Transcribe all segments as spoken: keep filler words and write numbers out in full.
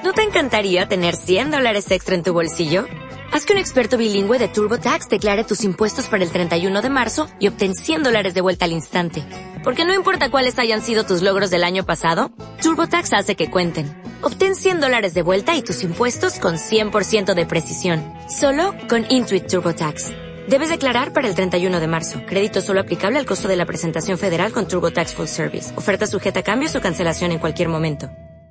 ¿No te encantaría tener cien dólares extra en tu bolsillo? Haz que un experto bilingüe de TurboTax declare tus impuestos para el treinta y uno de marzo y obtén cien dólares de vuelta al instante. Porque no importa cuáles hayan sido tus logros del año pasado, TurboTax hace que cuenten. Obtén cien dólares de vuelta y tus impuestos con cien por ciento de precisión. Solo con Intuit TurboTax. Debes declarar para el treinta y uno de marzo. Crédito solo aplicable al costo de la presentación federal con TurboTax Full Service. Oferta sujeta a cambios o cancelación en cualquier momento.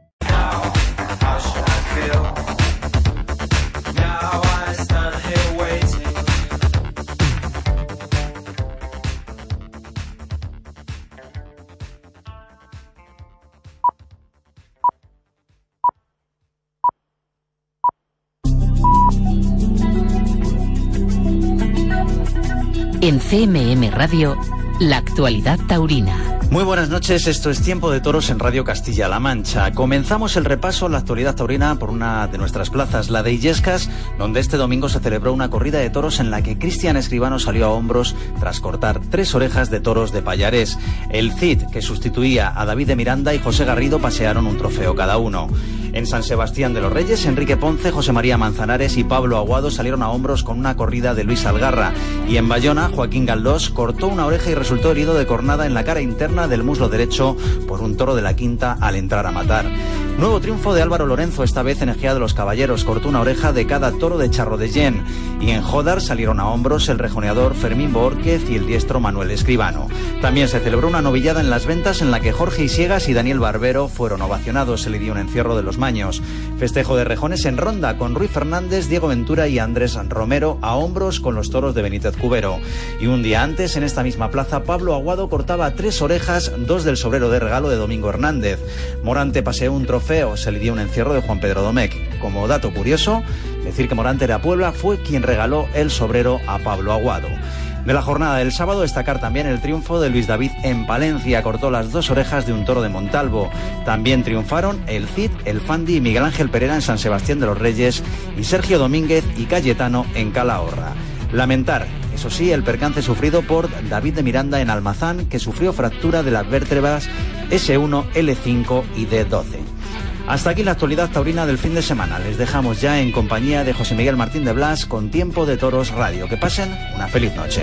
En C M M Radio, la actualidad taurina. Muy buenas noches, esto es Tiempo de Toros en Radio Castilla-La Mancha. Comenzamos el repaso a la actualidad taurina por una de nuestras plazas, la de Illescas, donde este domingo se celebró una corrida de toros en la que Cristian Escribano salió a hombros tras cortar tres orejas de toros de Pallarés. El Cid, que sustituía a David de Miranda, y José Garrido pasearon un trofeo cada uno. En San Sebastián de los Reyes, Enrique Ponce, José María Manzanares y Pablo Aguado salieron a hombros con una corrida de Luis Algarra. Y en Bayona, Joaquín Galdós cortó una oreja y resultó herido de cornada en la cara interna del muslo derecho por un toro de la quinta al entrar a matar. Nuevo triunfo de Álvaro Lorenzo, esta vez en Ejea de los Caballeros, cortó una oreja de cada toro de Charro de Yen. Y en Jódar salieron a hombros el rejoneador Fermín Borquez y el diestro Manuel Escribano. También se celebró una novillada en Las Ventas en la que Jorge Isiegas y Daniel Barbero fueron ovacionados. Se le dio un encierro de los Maños. Festejo de rejones en Ronda con Ruy Fernández, Diego Ventura y Andrés Romero a hombros con los toros de Benítez Cubero. Y un día antes, en esta misma plaza, Pablo Aguado cortaba tres orejas, dos del sobrero de regalo de Domingo Hernández. Morante paseó un trofeo, se le dio un encierro de Juan Pedro Domecq. Como dato curioso, decir que Morante de Puebla fue quien regaló el sobrero a Pablo Aguado. De la jornada del sábado, destacar también el triunfo de Luis David en Palencia. Cortó las dos orejas de un toro de Montalvo. También triunfaron el Cid, el Fandi y Miguel Ángel Pereira en San Sebastián de los Reyes y Sergio Domínguez y Cayetano en Calahorra. Lamentar, eso sí, el percance sufrido por David de Miranda en Almazán, que sufrió fractura de las vértebras ese uno, ele cinco y de doce. Hasta aquí la actualidad taurina del fin de semana. Les dejamos ya en compañía de José Miguel Martín de Blas con Tiempo de Toros Radio. Que pasen una feliz noche.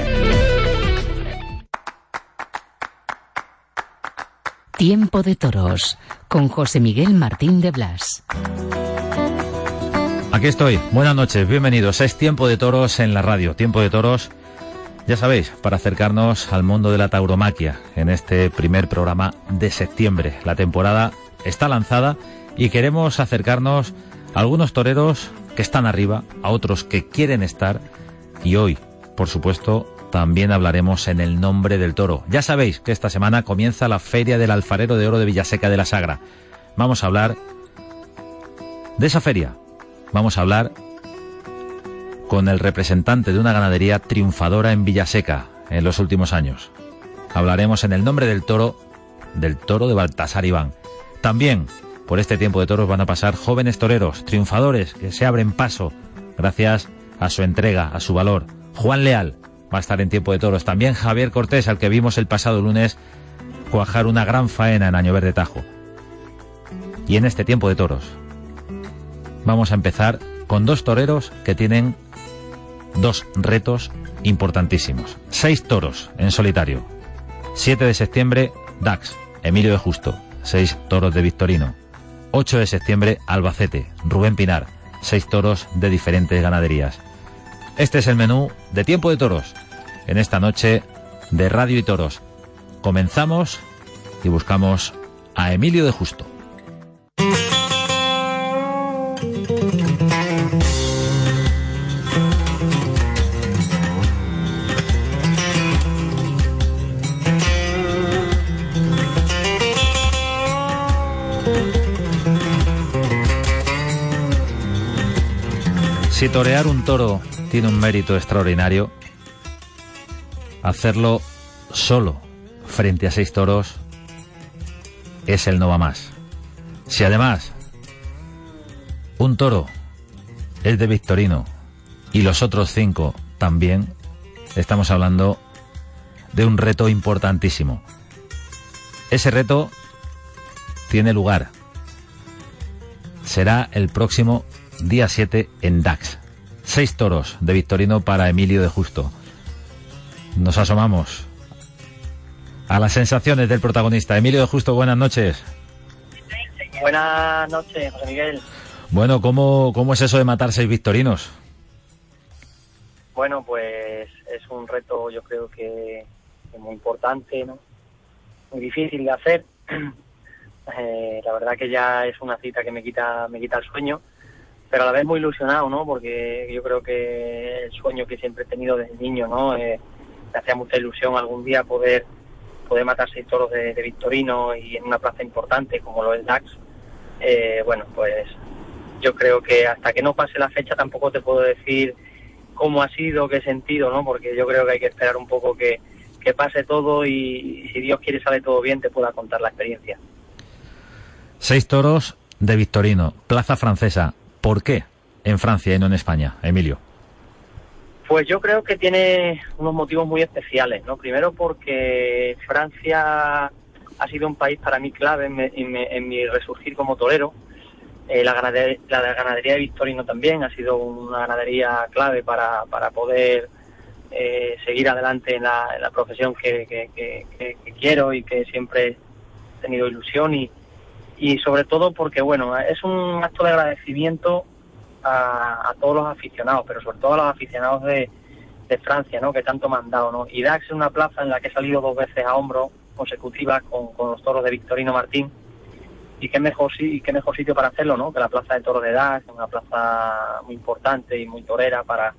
Tiempo de Toros con José Miguel Martín de Blas. Aquí estoy. Buenas noches, bienvenidos. Es Tiempo de Toros en la radio. Tiempo de Toros, ya sabéis, para acercarnos al mundo de la tauromaquia en este primer programa de septiembre. La temporada está lanzada y queremos acercarnos a algunos toreros que están arriba, a otros que quieren estar, y hoy, por supuesto, también hablaremos en el nombre del toro. Ya sabéis que esta semana comienza la Feria del Alfarero de Oro de Villaseca de la Sagra. Vamos a hablar de esa feria. Vamos a hablar con el representante de una ganadería triunfadora en Villaseca en los últimos años. Hablaremos en el nombre del toro, del toro de Baltasar Iván. También por este Tiempo de Toros van a pasar jóvenes toreros, triunfadores, que se abren paso gracias a su entrega, a su valor. Juan Leal va a estar en Tiempo de Toros. También Javier Cortés, al que vimos el pasado lunes cuajar una gran faena en Año Verde Tajo. Y en este Tiempo de Toros vamos a empezar con dos toreros que tienen dos retos importantísimos. Seis toros en solitario. siete de septiembre, Dax, Emilio de Justo, seis toros de Victorino. ocho de septiembre, Albacete, Rubén Pinar, seis toros de diferentes ganaderías. Este es el menú de Tiempo de Toros en esta noche de Radio y Toros. Comenzamos y buscamos a Emilio de Justo. Si torear un toro tiene un mérito extraordinario, hacerlo solo frente a seis toros es el no va más. Si además un toro es de Victorino y los otros cinco también, estamos hablando de un reto importantísimo. Ese reto tiene lugar será el próximo día siete en Dax. Seis toros de Victorino para Emilio de Justo. Nos asomamos a las sensaciones del protagonista. Emilio de Justo, buenas noches. Buenas noches, José Miguel. Bueno, ¿cómo, cómo es eso de matar seis victorinos? Bueno, pues es un reto, yo creo que es muy importante, ¿no? Muy difícil de hacer. Eh, la verdad que ya es una cita que me quita me quita el sueño, pero a la vez muy ilusionado, ¿no? Porque yo creo que el sueño que siempre he tenido desde niño, ¿no? Eh, me hacía mucha ilusión algún día poder poder matar seis toros de, de Victorino y en una plaza importante como lo es Dax. Eh, bueno, pues yo creo que hasta que no pase la fecha tampoco te puedo decir cómo ha sido, qué sentido, ¿no? Porque yo creo que hay que esperar un poco que, que pase todo y, y si Dios quiere sale todo bien, te pueda contar la experiencia. Seis toros de Victorino, plaza francesa. ¿Por qué en Francia y no en España, Emilio? Pues yo creo que tiene unos motivos muy especiales, ¿no? Primero porque Francia ha sido un país para mí clave en, me, en, me, en mi resurgir como torero. Eh, la, ganadería, la ganadería de Victorino también ha sido una ganadería clave para, para poder eh, seguir adelante en la, en la profesión que, que, que, que, que quiero y que siempre he tenido ilusión y Y sobre todo porque, bueno, es un acto de agradecimiento a, a todos los aficionados, pero sobre todo a los aficionados de, de Francia, ¿no? Que tanto me han dado, ¿no? Y Dax es una plaza en la que he salido dos veces a hombro consecutivas con, con los toros de Victorino Martín. Y qué mejor, y qué mejor sitio para hacerlo, ¿no? Que la plaza de toros de Dax, una plaza muy importante y muy torera para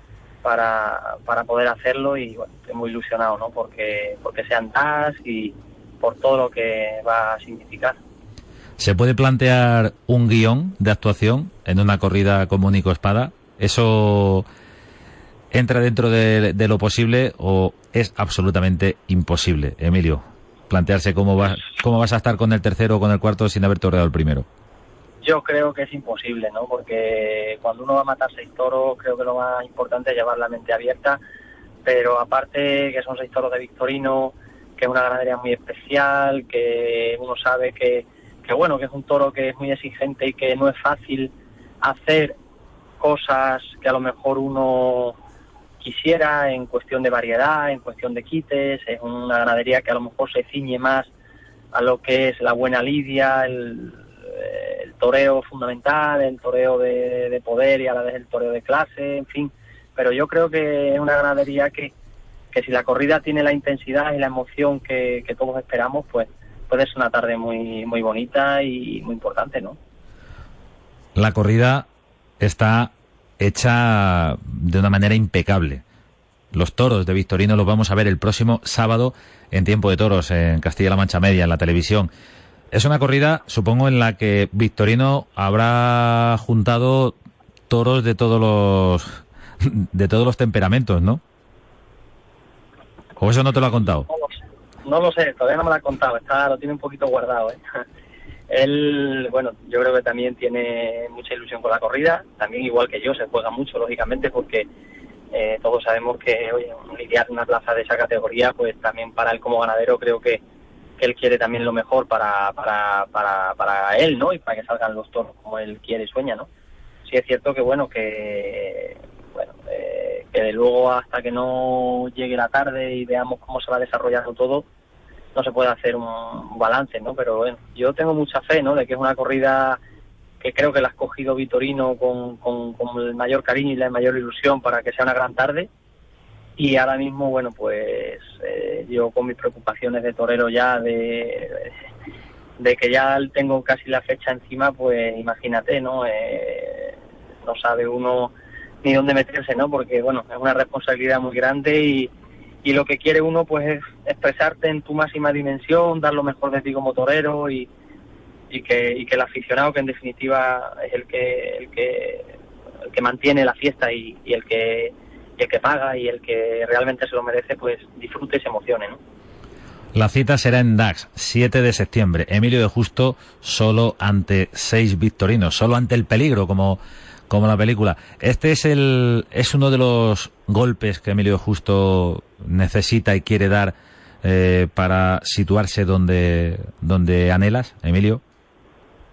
para para poder hacerlo. Y, bueno, estoy muy ilusionado, ¿no? Porque, porque sean Dax y por todo lo que va a significar. ¿Se puede plantear un guión de actuación en una corrida con único espada? ¿Eso entra dentro de, de lo posible o es absolutamente imposible, Emilio? Plantearse cómo, va, cómo vas a estar con el tercero o con el cuarto sin haber toreado el primero. Yo creo que es imposible, ¿no? Porque cuando uno va a matar seis toros, creo que lo más importante es llevar la mente abierta, pero aparte que son seis toros de Victorino, que es una ganadería muy especial, que uno sabe que que bueno, que es un toro que es muy exigente y que no es fácil hacer cosas que a lo mejor uno quisiera en cuestión de variedad, en cuestión de quites. Es una ganadería que a lo mejor se ciñe más a lo que es la buena lidia, el, el toreo fundamental, el toreo de, de poder y a la vez el toreo de clase, en fin. Pero yo creo que es una ganadería que, que si la corrida tiene la intensidad y la emoción que, que todos esperamos, pues puede ser una tarde muy muy bonita y muy importante, ¿no? La corrida está hecha de una manera impecable. Los toros de Victorino los vamos a ver el próximo sábado en Tiempo de Toros, en Castilla-La Mancha Media, en la televisión. Es una corrida, supongo, en la que Victorino habrá juntado toros de todos los de todos los temperamentos, ¿no? ¿O eso no te lo ha contado? No lo sé. No lo sé, todavía no me lo ha contado, está, lo tiene un poquito guardado, ¿eh? Él, bueno, yo creo que también tiene mucha ilusión con la corrida, también igual que yo, se juega mucho, lógicamente, porque eh, todos sabemos que, oye, lidiar una plaza de esa categoría, pues también para él como ganadero creo que, que él quiere también lo mejor para, para, para, para él, ¿no? Y para que salgan los toros como él quiere y sueña, ¿no? Sí es cierto que, bueno, que... bueno, eh, que de luego hasta que no llegue la tarde y veamos cómo se va desarrollando todo, no se puede hacer un balance, ¿no? Pero bueno, yo tengo mucha fe, ¿no? De que es una corrida que creo que la ha escogido Victorino con, con, con el mayor cariño y la mayor ilusión para que sea una gran tarde. Y ahora mismo, bueno, pues eh, yo con mis preocupaciones de torero ya, de, de que ya tengo casi la fecha encima, pues imagínate, ¿no? Eh, no sabe uno ni dónde meterse, ¿no? Porque, bueno, es una responsabilidad muy grande y Y lo que quiere uno, pues, es expresarte en tu máxima dimensión, dar lo mejor de ti como torero y, y que y que el aficionado, que en definitiva es el que el que el que mantiene la fiesta y, y el que y el que paga y el que realmente se lo merece, pues disfrute y se emocione, ¿no? La cita será en Dax, siete de septiembre. Emilio de Justo solo ante seis victorinos, solo ante el peligro, como como la película. Este es el es uno de los golpes que Emilio de Justo necesita y quiere dar eh, para situarse donde donde anhelas, Emilio.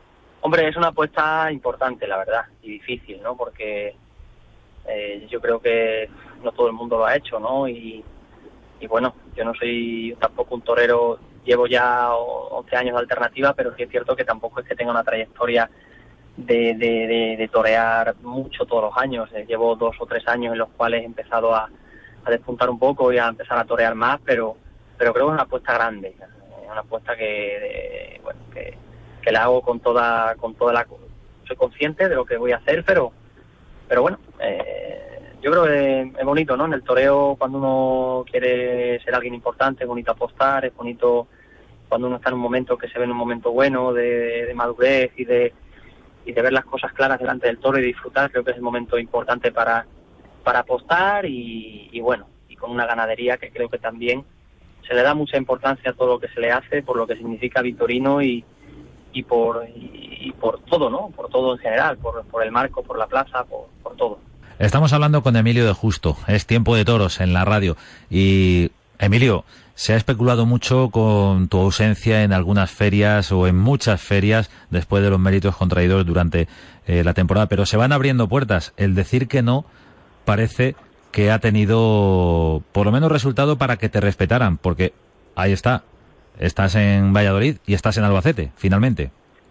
Hombre, es una apuesta importante, la verdad, y difícil, ¿no? Porque eh, yo creo que no todo el mundo lo ha hecho, ¿no? Y, y bueno, yo no soy tampoco un torero, llevo ya once años de alternativa, pero sí es cierto que tampoco es que tenga una trayectoria de, de, de, de torear mucho todos los años. Eh, llevo dos o tres años en los cuales he empezado a, a despuntar un poco y a empezar a torear más, pero pero creo que es una apuesta grande, es una apuesta que, de, bueno, que, que la hago con toda con toda la... Soy consciente de lo que voy a hacer, pero pero bueno, eh, yo creo que es bonito, ¿no? En el toreo, cuando uno quiere ser alguien importante, es bonito apostar, es bonito cuando uno está en un momento que se ve en un momento bueno, de, de madurez y de y de ver las cosas claras delante del toro y disfrutar. Creo que es el momento importante para para apostar y, y bueno, y con una ganadería que creo que también se le da mucha importancia a todo lo que se le hace, por lo que significa Vitorino y, y por y, y por todo, ¿no? Por todo en general, por, por el marco, por la plaza, por, por todo. Estamos hablando con Emilio de Justo, es Tiempo de Toros en la radio. Y, Emilio, se ha especulado mucho con tu ausencia en algunas ferias o en muchas ferias después de los méritos contraídos durante eh, la temporada, pero se van abriendo puertas. El decir que no parece que ha tenido por lo menos resultado para que te respetaran, porque ahí está, estás en Valladolid y estás en Albacete, finalmente.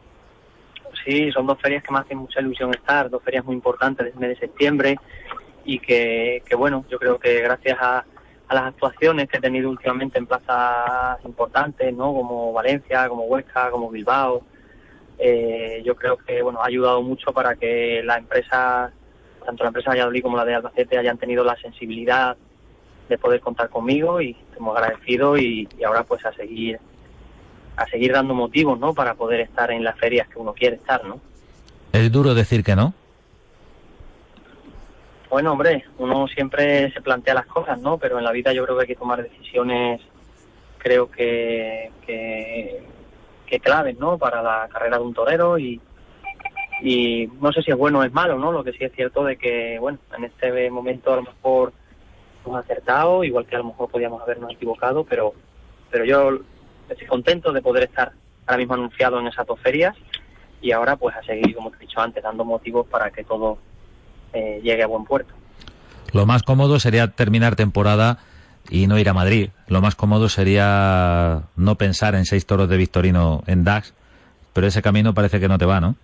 Sí, son dos ferias que me hacen mucha ilusión estar, dos ferias muy importantes del mes de septiembre y que, que bueno, yo creo que gracias a, a las actuaciones que he tenido últimamente en plazas importantes, ¿no? Como Valencia, como Huesca, como Bilbao, eh, yo creo que bueno ha ayudado mucho para que la empresa, tanto la empresa de Valladolid como la de Albacete, hayan tenido la sensibilidad de poder contar conmigo y estamos agradecidos y, y ahora pues a seguir a seguir dando motivos, ¿no? Para poder estar en las ferias que uno quiere estar, ¿no? ¿Es duro decir que no? Bueno, hombre, uno siempre se plantea las cosas, ¿no? Pero en la vida yo creo que hay que tomar decisiones, creo que que, que claves, ¿no? Para la carrera de un torero y Y no sé si es bueno o es malo, ¿no? Lo que sí es cierto de que, bueno, en este momento a lo mejor hemos acertado, igual que a lo mejor podíamos habernos equivocado, pero pero yo estoy contento de poder estar ahora mismo anunciado en esas dos ferias y ahora pues a seguir, como te he dicho antes, dando motivos para que todo eh, llegue a buen puerto. Lo más cómodo sería terminar temporada y no ir a Madrid. Lo más cómodo sería no pensar en seis toros de Victorino en Dax, pero ese camino parece que no te va, ¿no?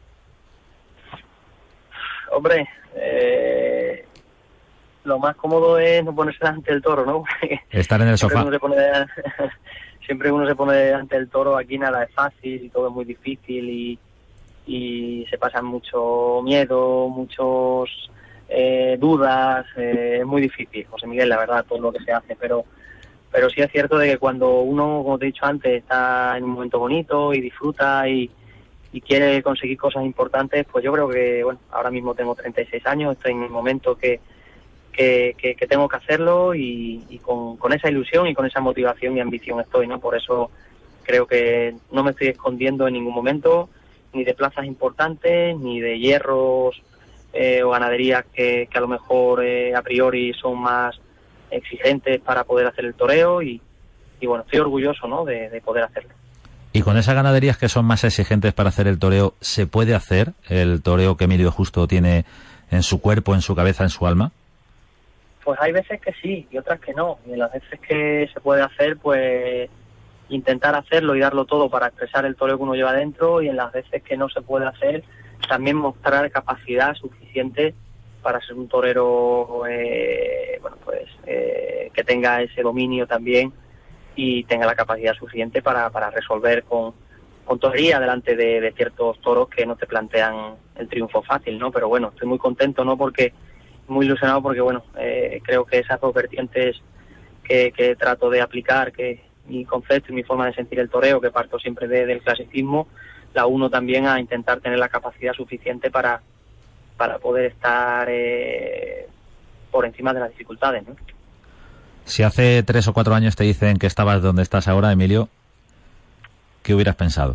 Hombre, eh, lo más cómodo es no ponerse delante del toro, ¿no? Estar en el siempre sofá. Uno se pone, siempre uno se pone delante del toro, aquí nada es fácil y todo es muy difícil y, y se pasan mucho miedo, muchos eh, dudas, eh, es muy difícil, José Miguel, la verdad, todo lo que se hace, pero pero sí es cierto de que cuando uno, como te he dicho antes, está en un momento bonito y disfruta y y quiere conseguir cosas importantes, pues yo creo que, bueno, ahora mismo tengo treinta y seis años, estoy en el momento que que, que, que tengo que hacerlo y, y con, con esa ilusión y con esa motivación y ambición estoy, ¿no? Por eso creo que no me estoy escondiendo en ningún momento, ni de plazas importantes, ni de hierros eh, o ganaderías que, que a lo mejor eh, a priori son más exigentes para poder hacer el toreo y, y bueno, estoy orgulloso, ¿no? de, de poder hacerlo. Y con esas ganaderías que son más exigentes para hacer el toreo, ¿se puede hacer el toreo que Emilio Justo tiene en su cuerpo, en su cabeza, en su alma? Pues hay veces que sí y otras que no. Y en las veces que se puede hacer, pues intentar hacerlo y darlo todo para expresar el toreo que uno lleva dentro, y en las veces que no se puede hacer, también mostrar capacidad suficiente para ser un torero eh, bueno pues eh, que tenga ese dominio también y tenga la capacidad suficiente para, para resolver con, con torería delante de, de ciertos toros que no te plantean el triunfo fácil, ¿no? Pero bueno, estoy muy contento, ¿no? Porque muy ilusionado porque, bueno, eh, creo que esas dos vertientes que, que trato de aplicar, que mi concepto y mi forma de sentir el toreo, que parto siempre de, del clasicismo, la uno también a intentar tener la capacidad suficiente para, para poder estar eh, por encima de las dificultades, ¿no? Si hace tres o cuatro años te dicen que estabas donde estás ahora, Emilio, ¿qué hubieras pensado?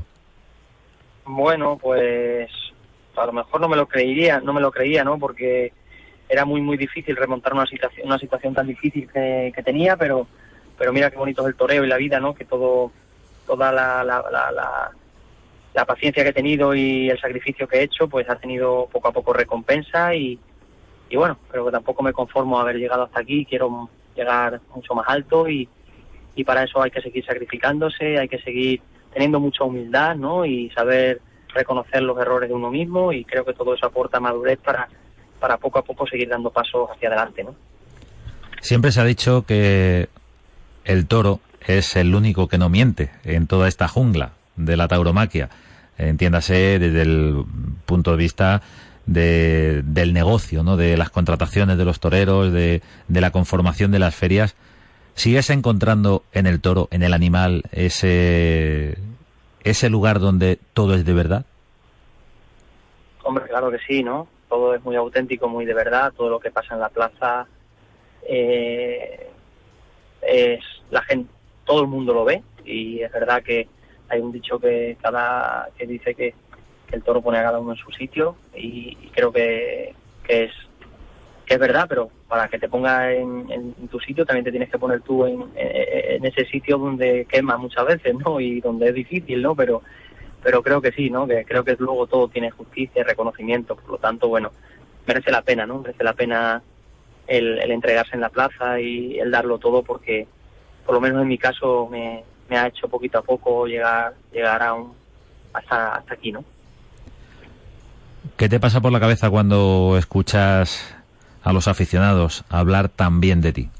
Bueno, pues a lo mejor no me lo creería, no me lo creía, ¿no? Porque era muy muy difícil remontar una situación, una situación tan difícil que, que tenía, pero pero mira qué bonito es el toreo y la vida, ¿no? Que todo, toda la la, la, la, la paciencia que he tenido y el sacrificio que he hecho, pues ha tenido poco a poco recompensa y, y bueno, creo que tampoco me conformo a haber llegado hasta aquí, quiero llegar mucho más alto y, y para eso hay que seguir sacrificándose, hay que seguir teniendo mucha humildad, ¿no? Y saber reconocer los errores de uno mismo, y creo que todo eso aporta madurez para, para poco a poco seguir dando pasos hacia adelante, ¿no? Siempre se ha dicho que el toro es el único que no miente en toda esta jungla de la tauromaquia. Entiéndase desde el punto de vista de, del negocio, ¿no? De las contrataciones de los toreros, de, de la conformación de las ferias. ¿Sigues encontrando en el toro, en el animal, ese, ese lugar donde todo es de verdad? Hombre, claro que sí, ¿no? Todo es muy auténtico, muy de verdad. Todo lo que pasa en la plaza eh, es la gente, todo el mundo lo ve, y es verdad que hay un dicho que cada que dice que, que el toro pone a cada uno en su sitio, y, y creo que, que es que es verdad, pero para que te ponga en, en, en tu sitio también te tienes que poner tú en, en, en ese sitio donde quema muchas veces, ¿no? Y donde es difícil, ¿no? Pero pero creo que sí, ¿no? Que creo que luego todo tiene justicia y reconocimiento, por lo tanto, bueno, merece la pena, ¿no? Merece la pena el, el entregarse en la plaza y el darlo todo, porque por lo menos en mi caso me, me ha hecho poquito a poco llegar llegar a un, hasta hasta aquí, ¿no? ¿Qué te pasa por la cabeza cuando escuchas a los aficionados hablar tan bien de ti?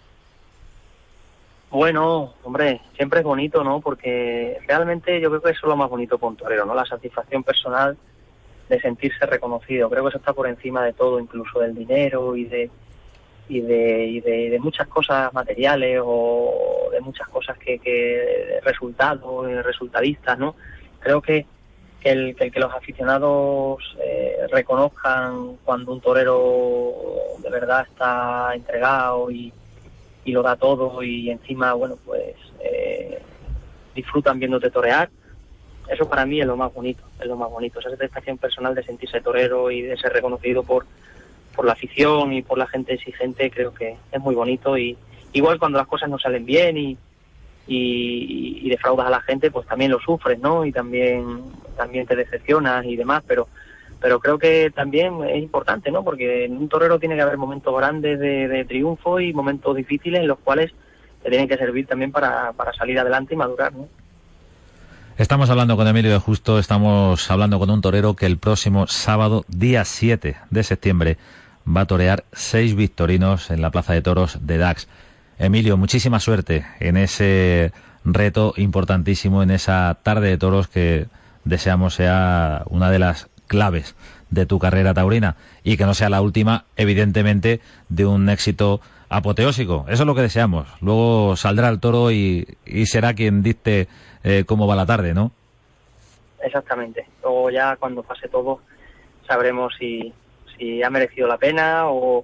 Bueno, hombre, siempre es bonito, ¿no? Porque realmente yo creo que eso es lo más bonito con un torero, ¿no? La satisfacción personal de sentirse reconocido. Creo que eso está por encima de todo, incluso del dinero y de y de y de, de muchas cosas materiales o de muchas cosas que, que resultados, resultadistas, ¿no? Creo que El, el que los aficionados eh, reconozcan cuando un torero de verdad está entregado y, y lo da todo, y encima, bueno, pues eh, disfrutan viéndote torear, eso para mí es lo más bonito, es lo más bonito, esa satisfacción personal de sentirse torero y de ser reconocido por, por la afición y por la gente exigente, creo que es muy bonito. Y igual cuando las cosas no salen bien y Y, y defraudas a la gente, pues también lo sufres, ¿no? Y también también te decepcionas y demás, pero pero creo que también es importante, ¿no? Porque en un torero tiene que haber momentos grandes de, de triunfo y momentos difíciles en los cuales te tienen que servir también para, para salir adelante y madurar, ¿no? Estamos hablando con Emilio de Justo, estamos hablando con un torero que el próximo sábado, día siete de septiembre, va a torear seis victorinos en la Plaza de Toros de Dax. Emilio, muchísima suerte en ese reto importantísimo, en esa tarde de toros que deseamos sea una de las claves de tu carrera taurina, y que no sea la última, evidentemente, de un éxito apoteósico. Eso es lo que deseamos. Luego saldrá el toro y, y será quien dicte eh, cómo va la tarde, ¿no? Exactamente. Luego ya cuando pase todo sabremos si, si ha merecido la pena o...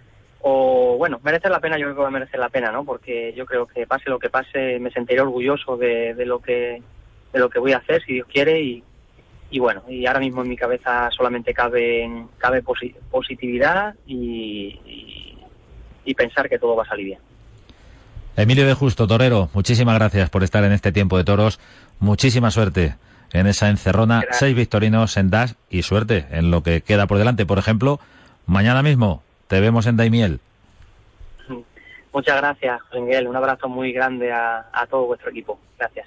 o bueno, merece la pena. Yo creo que va a merecer la pena, ¿no? Porque yo creo que pase lo que pase, me sentiré orgulloso de, de lo que de lo que voy a hacer, si Dios quiere, y, y bueno, y ahora mismo en mi cabeza solamente cabe cabe posi- positividad y, y, y pensar que todo va a salir bien. Emilio de Justo, torero, muchísimas gracias por estar en este tiempo de toros, muchísima suerte en esa encerrona, gracias. Seis victorinos en Dax y suerte en lo que queda por delante. Por ejemplo, mañana mismo te vemos en Daimiel. Muchas gracias, José Miguel. Un abrazo muy grande a, a todo vuestro equipo. Gracias.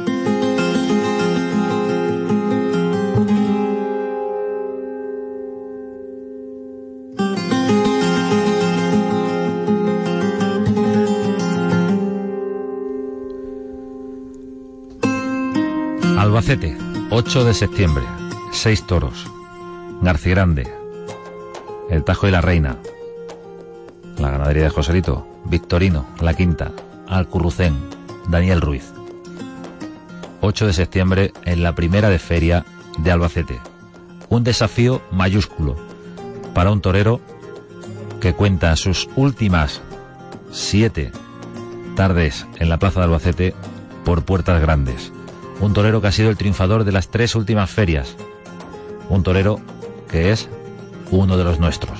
Albacete, ocho de septiembre, seis toros. Garcigrande, el Tajo y la Reina, la ganadería de Joselito, Victorino, La Quinta, Alcurrucén, Daniel Ruiz. ocho de septiembre en la primera de feria de Albacete. Un desafío mayúsculo para un torero que cuenta sus últimas siete tardes en la plaza de Albacete por puertas grandes. Un torero que ha sido el triunfador de las tres últimas ferias. Un torero que es uno de los nuestros.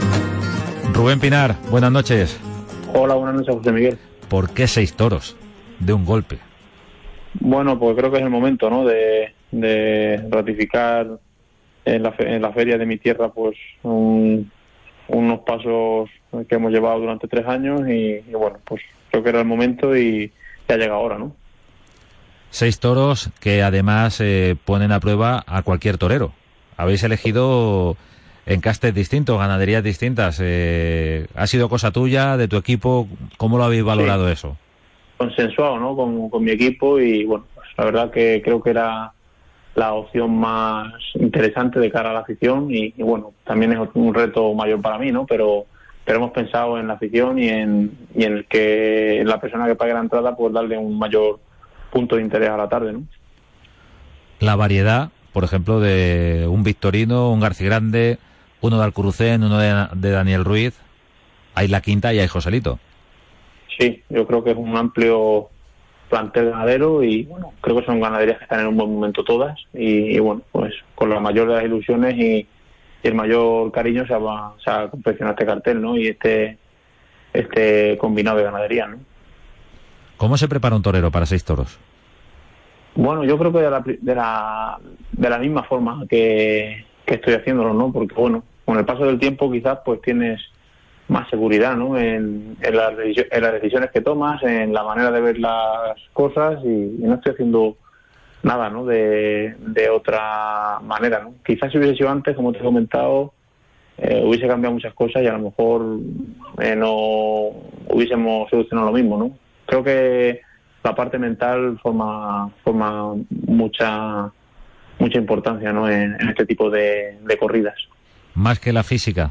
Rubén Pinar, buenas noches. Hola, buenas noches, José Miguel. ¿Por qué seis toros? de un golpe. Bueno, pues creo que es el momento, ¿no?, de, de ratificar en la, fe, en la feria de mi tierra, pues un, unos pasos que hemos llevado durante tres años y, y bueno, pues creo que era el momento y ya llega ahora, ¿no? Seis toros que además eh, ponen a prueba a cualquier torero. Habéis elegido encastes distintos, ganaderías distintas. Eh, ¿Ha sido cosa tuya, de tu equipo? ¿Cómo lo habéis valorado? Sí, eso? Consensuado, ¿no?, con, con mi equipo y bueno, pues la verdad que creo que era la opción más interesante de cara a la afición y, y bueno, también es un reto mayor para mí, ¿no? Pero, pero hemos pensado en la afición y en, y en el que la persona que pague la entrada, pues darle un mayor punto de interés a la tarde, ¿no? La variedad, por ejemplo, de un Victorino, un Garcigrande, uno de Alcurucén, uno de, de Daniel Ruiz. Hay la quinta y hay Joselito. Sí, yo creo que es un amplio plantel ganadero y bueno, creo que son ganaderías que están en un buen momento todas y, y bueno, pues con la mayor de las ilusiones y, y el mayor cariño se ha, se ha confeccionado este cartel, ¿no? Y este este combinado de ganadería, ¿no? ¿Cómo se prepara un torero para seis toros? Bueno, yo creo que de la de la, de la misma forma que, que estoy haciéndolo, ¿no? Porque bueno, con el paso del tiempo quizás pues tienes más seguridad, ¿no?, en, en, las, en las decisiones que tomas, en la manera de ver las cosas y, y no estoy haciendo nada, ¿no?, de, de otra manera, ¿no? Quizás si hubiese sido antes, como te he comentado, eh, hubiese cambiado muchas cosas y a lo mejor eh, no hubiésemos solucionado lo mismo, ¿no? Creo que la parte mental forma forma mucha mucha importancia, ¿no?, en, en este tipo de, de corridas. Más que la física.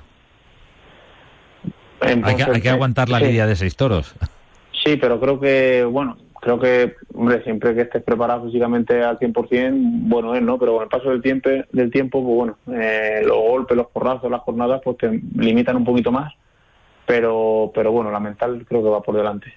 Entonces, hay, que, hay que aguantar la sí. lidia de seis toros. Sí, pero creo que, bueno, creo que, hombre, siempre que estés preparado físicamente al cien por ciento, bueno es, ¿no? Pero con el paso del tiempo, del tiempo pues bueno, eh, los golpes, los porrazos, las jornadas, pues te limitan un poquito más, pero pero bueno, la mental creo que va por delante.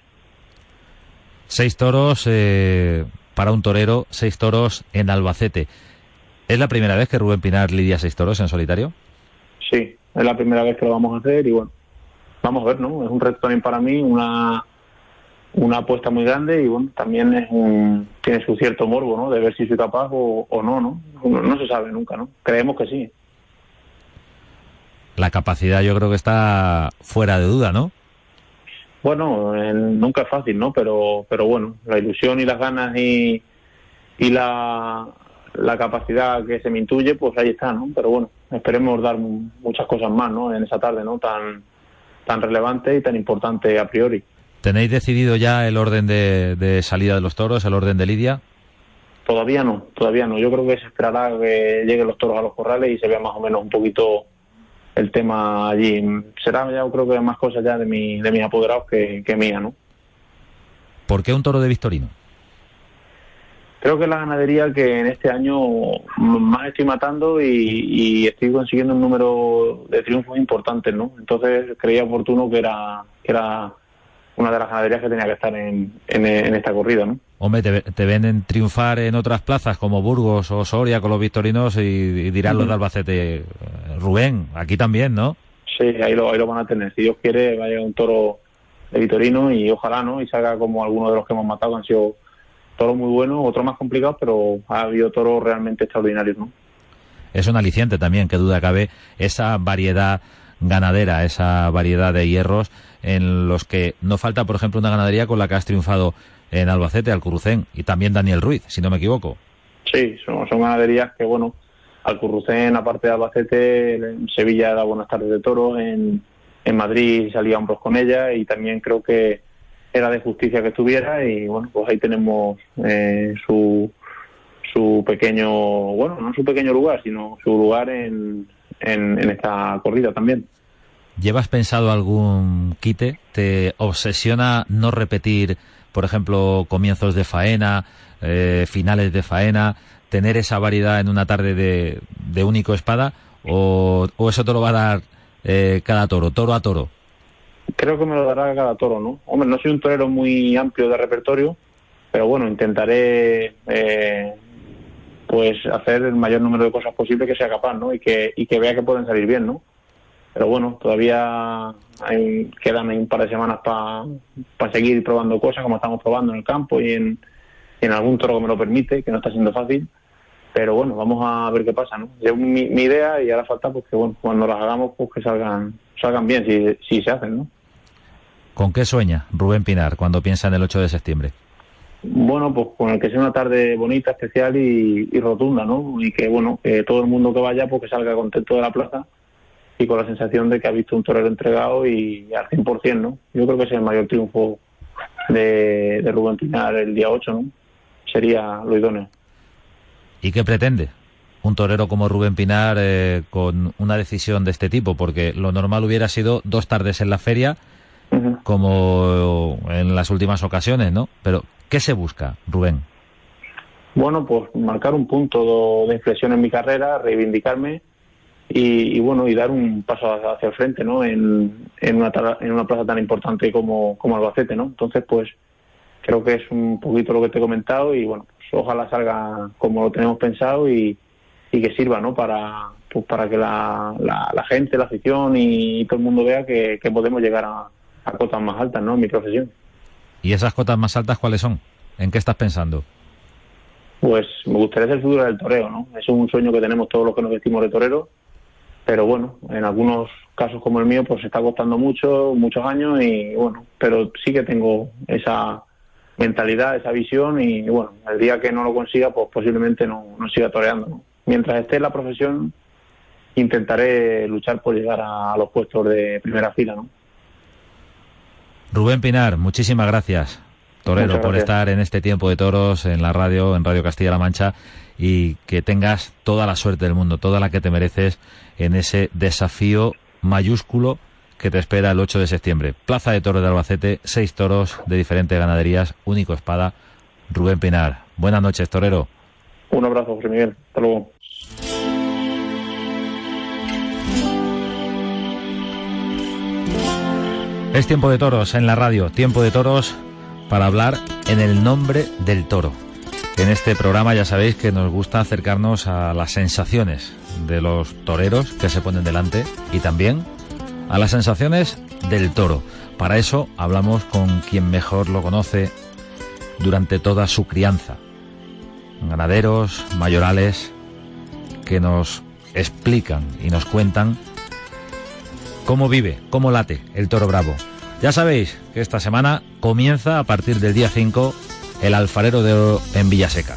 Seis toros eh, para un torero, seis toros en Albacete. ¿Es la primera vez que Rubén Pinar lidia seis toros en solitario? Sí, es la primera vez que lo vamos a hacer y bueno, vamos a ver, ¿no? Es un reto también para mí, una una apuesta muy grande y bueno, también es un, tiene su cierto morbo, ¿no?, de ver si soy capaz o, o no, ¿no? No, no se sabe nunca, ¿no? Creemos que sí. La capacidad yo creo que está fuera de duda, ¿no? Bueno, eh, nunca es fácil, ¿no? Pero pero bueno, la ilusión y las ganas y y la la capacidad que se me intuye, pues ahí está, ¿no? Pero bueno, esperemos dar muchas cosas más, ¿no?, en esa tarde, ¿no?, tan tan relevante y tan importante a priori. ¿Tenéis decidido ya el orden de, de salida de los toros, el orden de lidia? Todavía no, todavía no. Yo creo que se esperará que lleguen los toros a los corrales y se vea más o menos un poquito el tema allí. Será ya, creo que más cosas ya de mi de mis apoderados que, que mía, ¿no? ¿Por qué un toro de Victorino? Creo que es la ganadería que en este año más estoy matando y, y estoy consiguiendo un número de triunfos importantes, ¿no? Entonces creía oportuno que era que era una de las ganaderías que tenía que estar en, en, en esta corrida, ¿no? Hombre, te, te ven en triunfar en otras plazas como Burgos o Soria con los victorinos y, y dirán uh-huh. los de Albacete, Rubén, aquí también, ¿no? Sí, ahí lo, ahí lo van a tener. Si Dios quiere, va a llegar un toro de Victorino y ojalá, ¿no?, y salga como algunos de los que hemos matado, que han sido toros muy buenos, otros más complicados, pero ha habido toros realmente extraordinarios, ¿no? Es un aliciente también, que duda cabe, esa variedad ganadera, esa variedad de hierros en los que no falta, por ejemplo, una ganadería con la que has triunfado en Albacete, Alcurucén, y también Daniel Ruiz, si no me equivoco. Sí, son, son ganaderías que, bueno, Alcurucén, aparte de Albacete, en Sevilla da buenas tardes de toros, en, en Madrid salía hombros con ella y también creo que era de justicia que estuviera y, bueno, pues ahí tenemos eh, su su pequeño, bueno, no su pequeño lugar, sino su lugar en En, en esta corrida también. ¿Llevas pensado algún quite? ¿Te obsesiona no repetir, por ejemplo, comienzos de faena, eh, finales de faena, tener esa variedad en una tarde de, de único espada? ¿O, o eso te lo va a dar eh, cada toro, toro a toro? Creo que me lo dará cada toro, ¿no? Hombre, no soy un torero muy amplio de repertorio, pero bueno, intentaré eh, pues hacer el mayor número de cosas posible que sea capaz, ¿no? Y que y que vea que pueden salir bien, ¿no? pero bueno, todavía hay, quedan un par de semanas para pa seguir probando cosas como estamos probando en el campo y en, y en algún toro que me lo permite, que no está siendo fácil. Pero bueno, vamos a ver qué pasa, ¿no? Es mi, mi idea y ahora falta pues que bueno, cuando las hagamos pues que salgan salgan bien, si, si se hacen, ¿no? ¿Con qué sueña Rubén Pinar cuando piensa en el ocho de septiembre? Bueno, pues con el que sea una tarde bonita, especial y, y rotunda, ¿no? Y que bueno, que todo el mundo que vaya pues que salga contento de la plaza y con la sensación de que ha visto un torero entregado y al cien por ciento, ¿no? Yo creo que ese es el mayor triunfo de, de Rubén Pinar el día ocho, ¿no? Sería lo idóneo. ¿Y qué pretende un torero como Rubén Pinar eh, con una decisión de este tipo? Porque lo normal hubiera sido dos tardes en la feria, uh-huh, como en las últimas ocasiones, ¿no? Pero, ¿qué se busca, Rubén? Bueno, pues marcar un punto de inflexión en mi carrera, reivindicarme y, y bueno, y dar un paso hacia el frente, ¿no? En, en, una, en una plaza tan importante como, como Albacete, ¿no? Entonces, pues, creo que es un poquito lo que te he comentado y bueno, pues ojalá salga como lo tenemos pensado y, y que sirva, ¿no? Para pues para que la, la, la gente, la afición y todo el mundo vea que, que podemos llegar a, a cotas más altas, ¿no? En mi profesión. ¿Y esas cotas más altas cuáles son? ¿En qué estás pensando? Pues me gustaría ser figura del toreo, ¿no? Es un sueño que tenemos todos los que nos vestimos de torero, pero bueno, en algunos casos como el mío, pues está costando mucho, muchos años y bueno, pero sí que tengo esa mentalidad, esa visión y bueno, el día que no lo consiga, pues posiblemente no, no siga toreando, ¿no? Mientras esté en la profesión, intentaré luchar por llegar a, a los puestos de primera fila, ¿no? Rubén Pinar, muchísimas gracias, torero, gracias por estar en este Tiempo de Toros en la radio, en Radio Castilla-La Mancha, y que tengas toda la suerte del mundo, toda la que te mereces en ese desafío mayúsculo que te espera el ocho de septiembre. Plaza de Toros de Albacete, seis toros de diferentes ganaderías, único espada. Rubén Pinar, buenas noches, torero. Un abrazo, José Miguel. Hasta luego. Es Tiempo de Toros en la radio, Tiempo de Toros para hablar en el nombre del toro. En este programa ya sabéis que nos gusta acercarnos a las sensaciones de los toreros que se ponen delante y también a las sensaciones del toro. Para eso hablamos con quien mejor lo conoce durante toda su crianza. Ganaderos, mayorales, que nos explican y nos cuentan cómo vive, cómo late el toro bravo. Ya sabéis que esta semana comienza a partir del día cinco el Alfarero de Oro en Villaseca.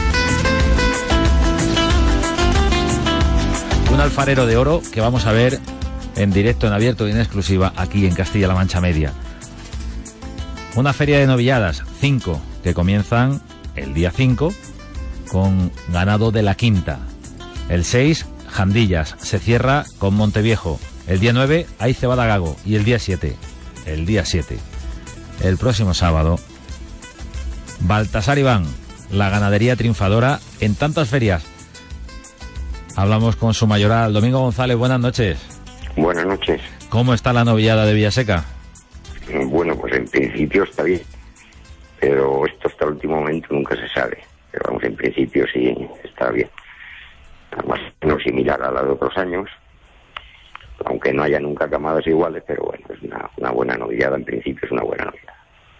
Un alfarero de oro que vamos a ver en directo, en abierto y en exclusiva aquí en Castilla-La Mancha Media. Una feria de novilladas, cinco, que comienzan el día cinco con ganado de la quinta. El seis, Jandillas, se cierra con Monteviejo. El día nueve hay Cebada Gago y el día siete, el día siete, el próximo sábado, Baltasar Iván, la ganadería triunfadora en tantas ferias. Hablamos con su mayoral, Domingo González, buenas noches. Buenas noches. ¿Cómo está la novillada de Villaseca? Bueno, pues en principio está bien, pero esto hasta el último momento nunca se sabe. Pero vamos, en principio sí está bien. Más o menos similar a la de otros años, aunque no haya nunca camadas iguales, pero bueno, es una, una buena novillada, en principio es una buena novillada.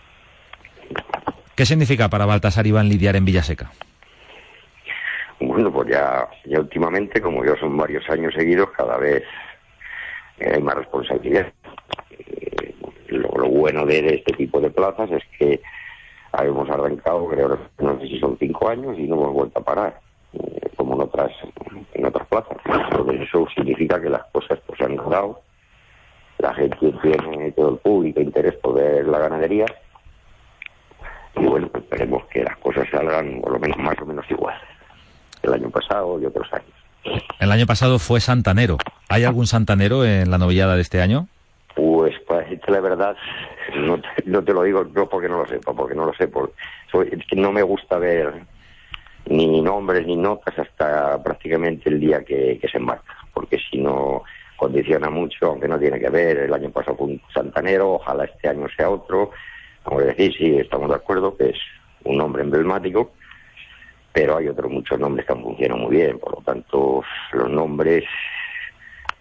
¿Qué significa para Baltasar Iván lidiar en Villaseca? Bueno, pues ya, ya últimamente, como yo son varios años seguidos, cada vez hay más responsabilidad. Eh, lo, lo bueno de este tipo de plazas es que hemos arrancado, creo, no sé si son cinco años y no hemos vuelto a parar, eh, como en otras en otras plazas. Entonces eso significa que las cosas pues se han rodado, la gente tiene, todo el público, interés por ver la ganadería, y bueno, pues esperemos que las cosas salgan por lo menos más o menos igual el año pasado y otros años. El año pasado fue santanero. ¿Hay algún santanero en la novillada de este año? Pues para decirte la verdad, no te, no te lo digo no porque no lo sepa, porque no lo sé, porque es que no me gusta ver ni nombres ni notas hasta prácticamente el día que, que se embarca, porque si no condiciona mucho, aunque no tiene que ver. El año pasado fue un santanero, ojalá este año sea otro. Vamos a decir, sí, estamos de acuerdo que es un nombre emblemático, pero hay otros muchos nombres que han funcionado muy bien, por lo tanto los nombres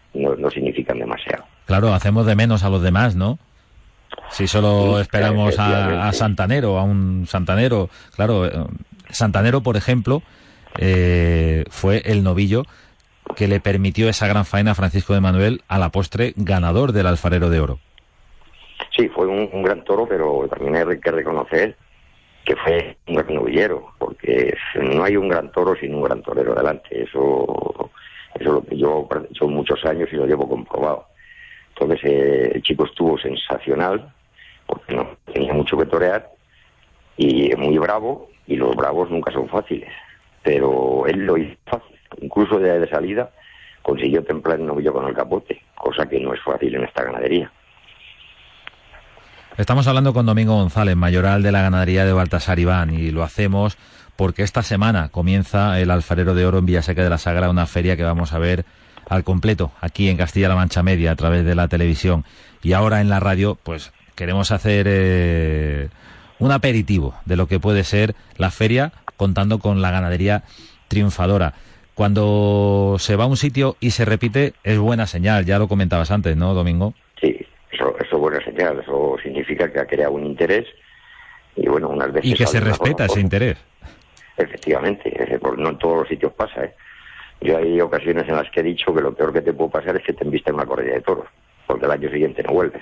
no, no significan demasiado. Claro, hacemos de menos a los demás, ¿no? Si solo sí, esperamos a, a Santanero, a un Santanero. Claro, Santanero, por ejemplo, eh, fue el novillo que le permitió esa gran faena a Francisco de Manuel, a la postre ganador del Alfarero de Oro. Sí, fue un, un gran toro, pero también hay que reconocer que fue un gran novillero, porque no hay un gran toro sin un gran torero delante. Eso, eso es lo que yo son muchos años y lo llevo comprobado. Entonces eh, el chico estuvo sensacional, porque no tenía mucho que torear, y muy bravo, y los bravos nunca son fáciles, pero él lo hizo fácil. Incluso de, de salida consiguió templar el novillo con el capote, cosa que no es fácil en esta ganadería. Estamos hablando con Domingo González, mayoral de la ganadería de Baltasar Iván, y lo hacemos porque esta semana comienza el Alfarero de Oro en Villaseca de la Sagra, una feria que vamos a ver al completo aquí en Castilla-La Mancha Media a través de la televisión, y ahora en la radio pues queremos hacer eh, un aperitivo de lo que puede ser la feria, contando con la ganadería triunfadora. Cuando se va a un sitio y se repite es buena señal, ya lo comentabas antes, ¿no, Domingo? Sí, eso, eso es buena señal, eso significa que ha creado un interés y bueno, unas veces... Y que se respeta ese interés. Efectivamente, no en todos los sitios pasa, ¿eh? Yo hay ocasiones en las que he dicho que lo peor que te puede pasar es que te envisten en una corrida de toros, porque el año siguiente no vuelves.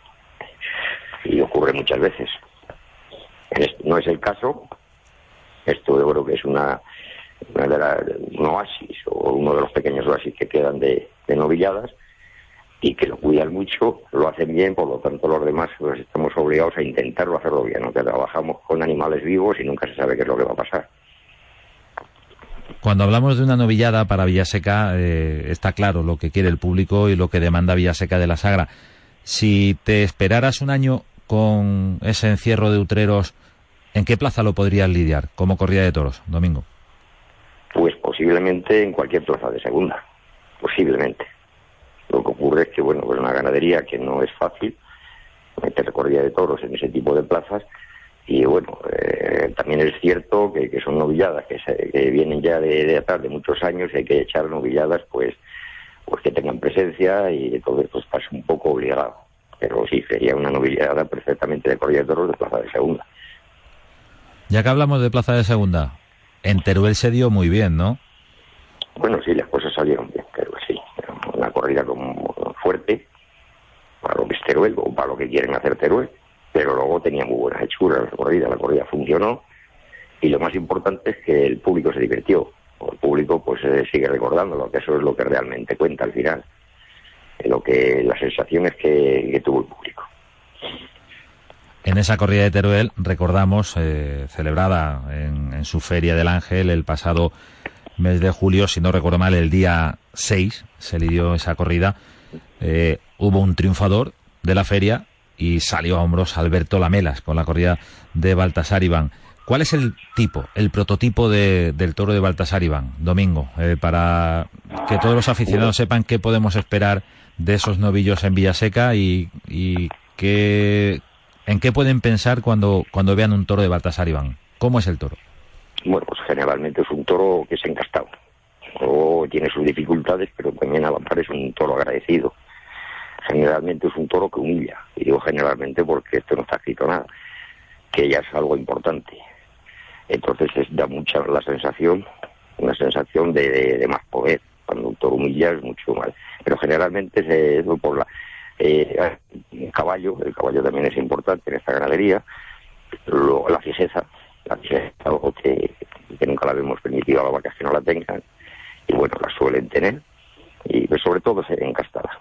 Y ocurre muchas veces. No es el caso. Esto yo creo que es una, una de la, un oasis, o uno de los pequeños oasis que quedan de, de novilladas, y que lo cuidan mucho, lo hacen bien, por lo tanto los demás pues estamos obligados a intentarlo hacerlo bien, ¿no? Que trabajamos con animales vivos y nunca se sabe qué es lo que va a pasar. Cuando hablamos de una novillada para Villaseca, eh, está claro lo que quiere el público y lo que demanda Villaseca de la Sagra. Si te esperaras un año con ese encierro de utreros, ¿en qué plaza lo podrías lidiar como corrida de toros, Domingo? Pues posiblemente en cualquier plaza de segunda, posiblemente. Lo que ocurre es que, bueno, pues una ganadería que no es fácil meter corrida de toros en ese tipo de plazas. Y bueno, eh, también es cierto que, que son novilladas que, se, que vienen ya de, de atrás de muchos años y hay que echar novilladas pues pues que tengan presencia y entonces pues pasa un poco obligado. Pero sí, sería una novillada perfectamente de corrida de toros de plaza de segunda. Ya que hablamos de plaza de segunda, en Teruel se dio muy bien, ¿no? Bueno, sí, las cosas salieron bien, pero sí, una corrida como fuerte para lo que es Teruel o para lo que quieren hacer Teruel. Pero luego tenía muy buenas hechuras la corrida, la corrida funcionó y lo más importante es que el público se divirtió. El público pues eh, sigue recordándolo, que eso es lo que realmente cuenta al final, lo que las sensaciones que, que tuvo el público. En esa corrida de Teruel, recordamos, eh, celebrada en, en su Feria del Ángel el pasado mes de julio, si no recuerdo mal, el día seis se lidió esa corrida, eh, hubo un triunfador de la feria y salió a hombros Alberto Lamelas con la corrida de Baltasar Iván. ¿Cuál es el tipo, el prototipo de, del toro de Baltasar Iván, Domingo? Eh, para que todos los aficionados sepan qué podemos esperar de esos novillos en Villaseca y, y qué, en qué pueden pensar cuando, cuando vean un toro de Baltasar Iván. ¿Cómo es el toro? Bueno, pues generalmente es un toro que es encastado. O tiene sus dificultades, pero también a la par es un toro agradecido. Generalmente es un toro que humilla, y digo generalmente porque esto no está escrito nada, que ya es algo importante. Entonces es, da mucha la sensación, una sensación de, de, de más poder. Cuando un toro humilla es mucho más. Pero generalmente es eh, por la eh, el caballo, el caballo también es importante en esta ganadería, lo, la fijeza, la fijeza, algo que, que nunca la hemos permitido a las vacas que no la tengan, y bueno, la suelen tener, y pues sobre todo ser encastada.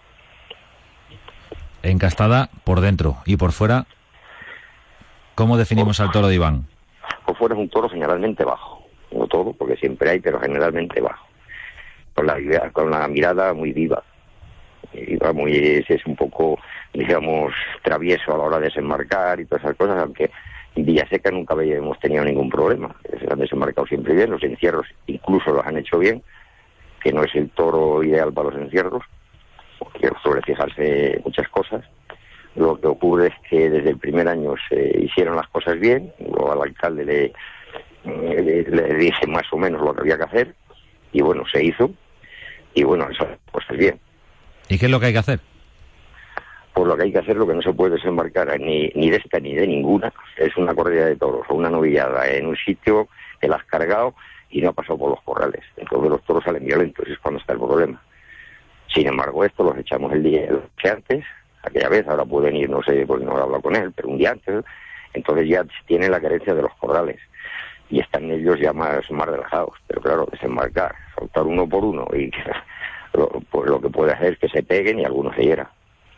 Encastada por dentro y por fuera, ¿cómo definimos por, al toro de Iván? Por fuera es un toro generalmente bajo, no todo, porque siempre hay, pero generalmente bajo, con la, con la mirada muy viva, viva muy, es, es un poco, digamos, travieso a la hora de desembarcar y todas esas cosas, aunque en Villaseca nunca hemos tenido ningún problema, se han desembarcado siempre bien, los encierros incluso los han hecho bien, que no es el toro ideal para los encierros, porque suele fijarse muchas cosas. Lo que ocurre es que desde el primer año se hicieron las cosas bien, luego al alcalde le, le, le dije más o menos lo que había que hacer, y bueno, se hizo, y bueno, eso pues es bien. ¿Y qué es lo que hay que hacer? Pues lo que hay que hacer, lo que no se puede desembarcar ni, ni de esta ni de ninguna, es una corrida de toros o una novillada en un sitio que la has cargado y no ha pasado por los corrales. Entonces los toros salen violentos y es cuando está el problema. Sin embargo, esto los echamos el día que antes, aquella vez, ahora pueden ir, no sé, porque no he hablado con él, pero un día antes, entonces ya tienen la carencia de los corrales y están ellos ya más, más relajados. Pero claro, desembarcar, soltar uno por uno y lo, pues lo que puede hacer es que se peguen y algunos se hieran.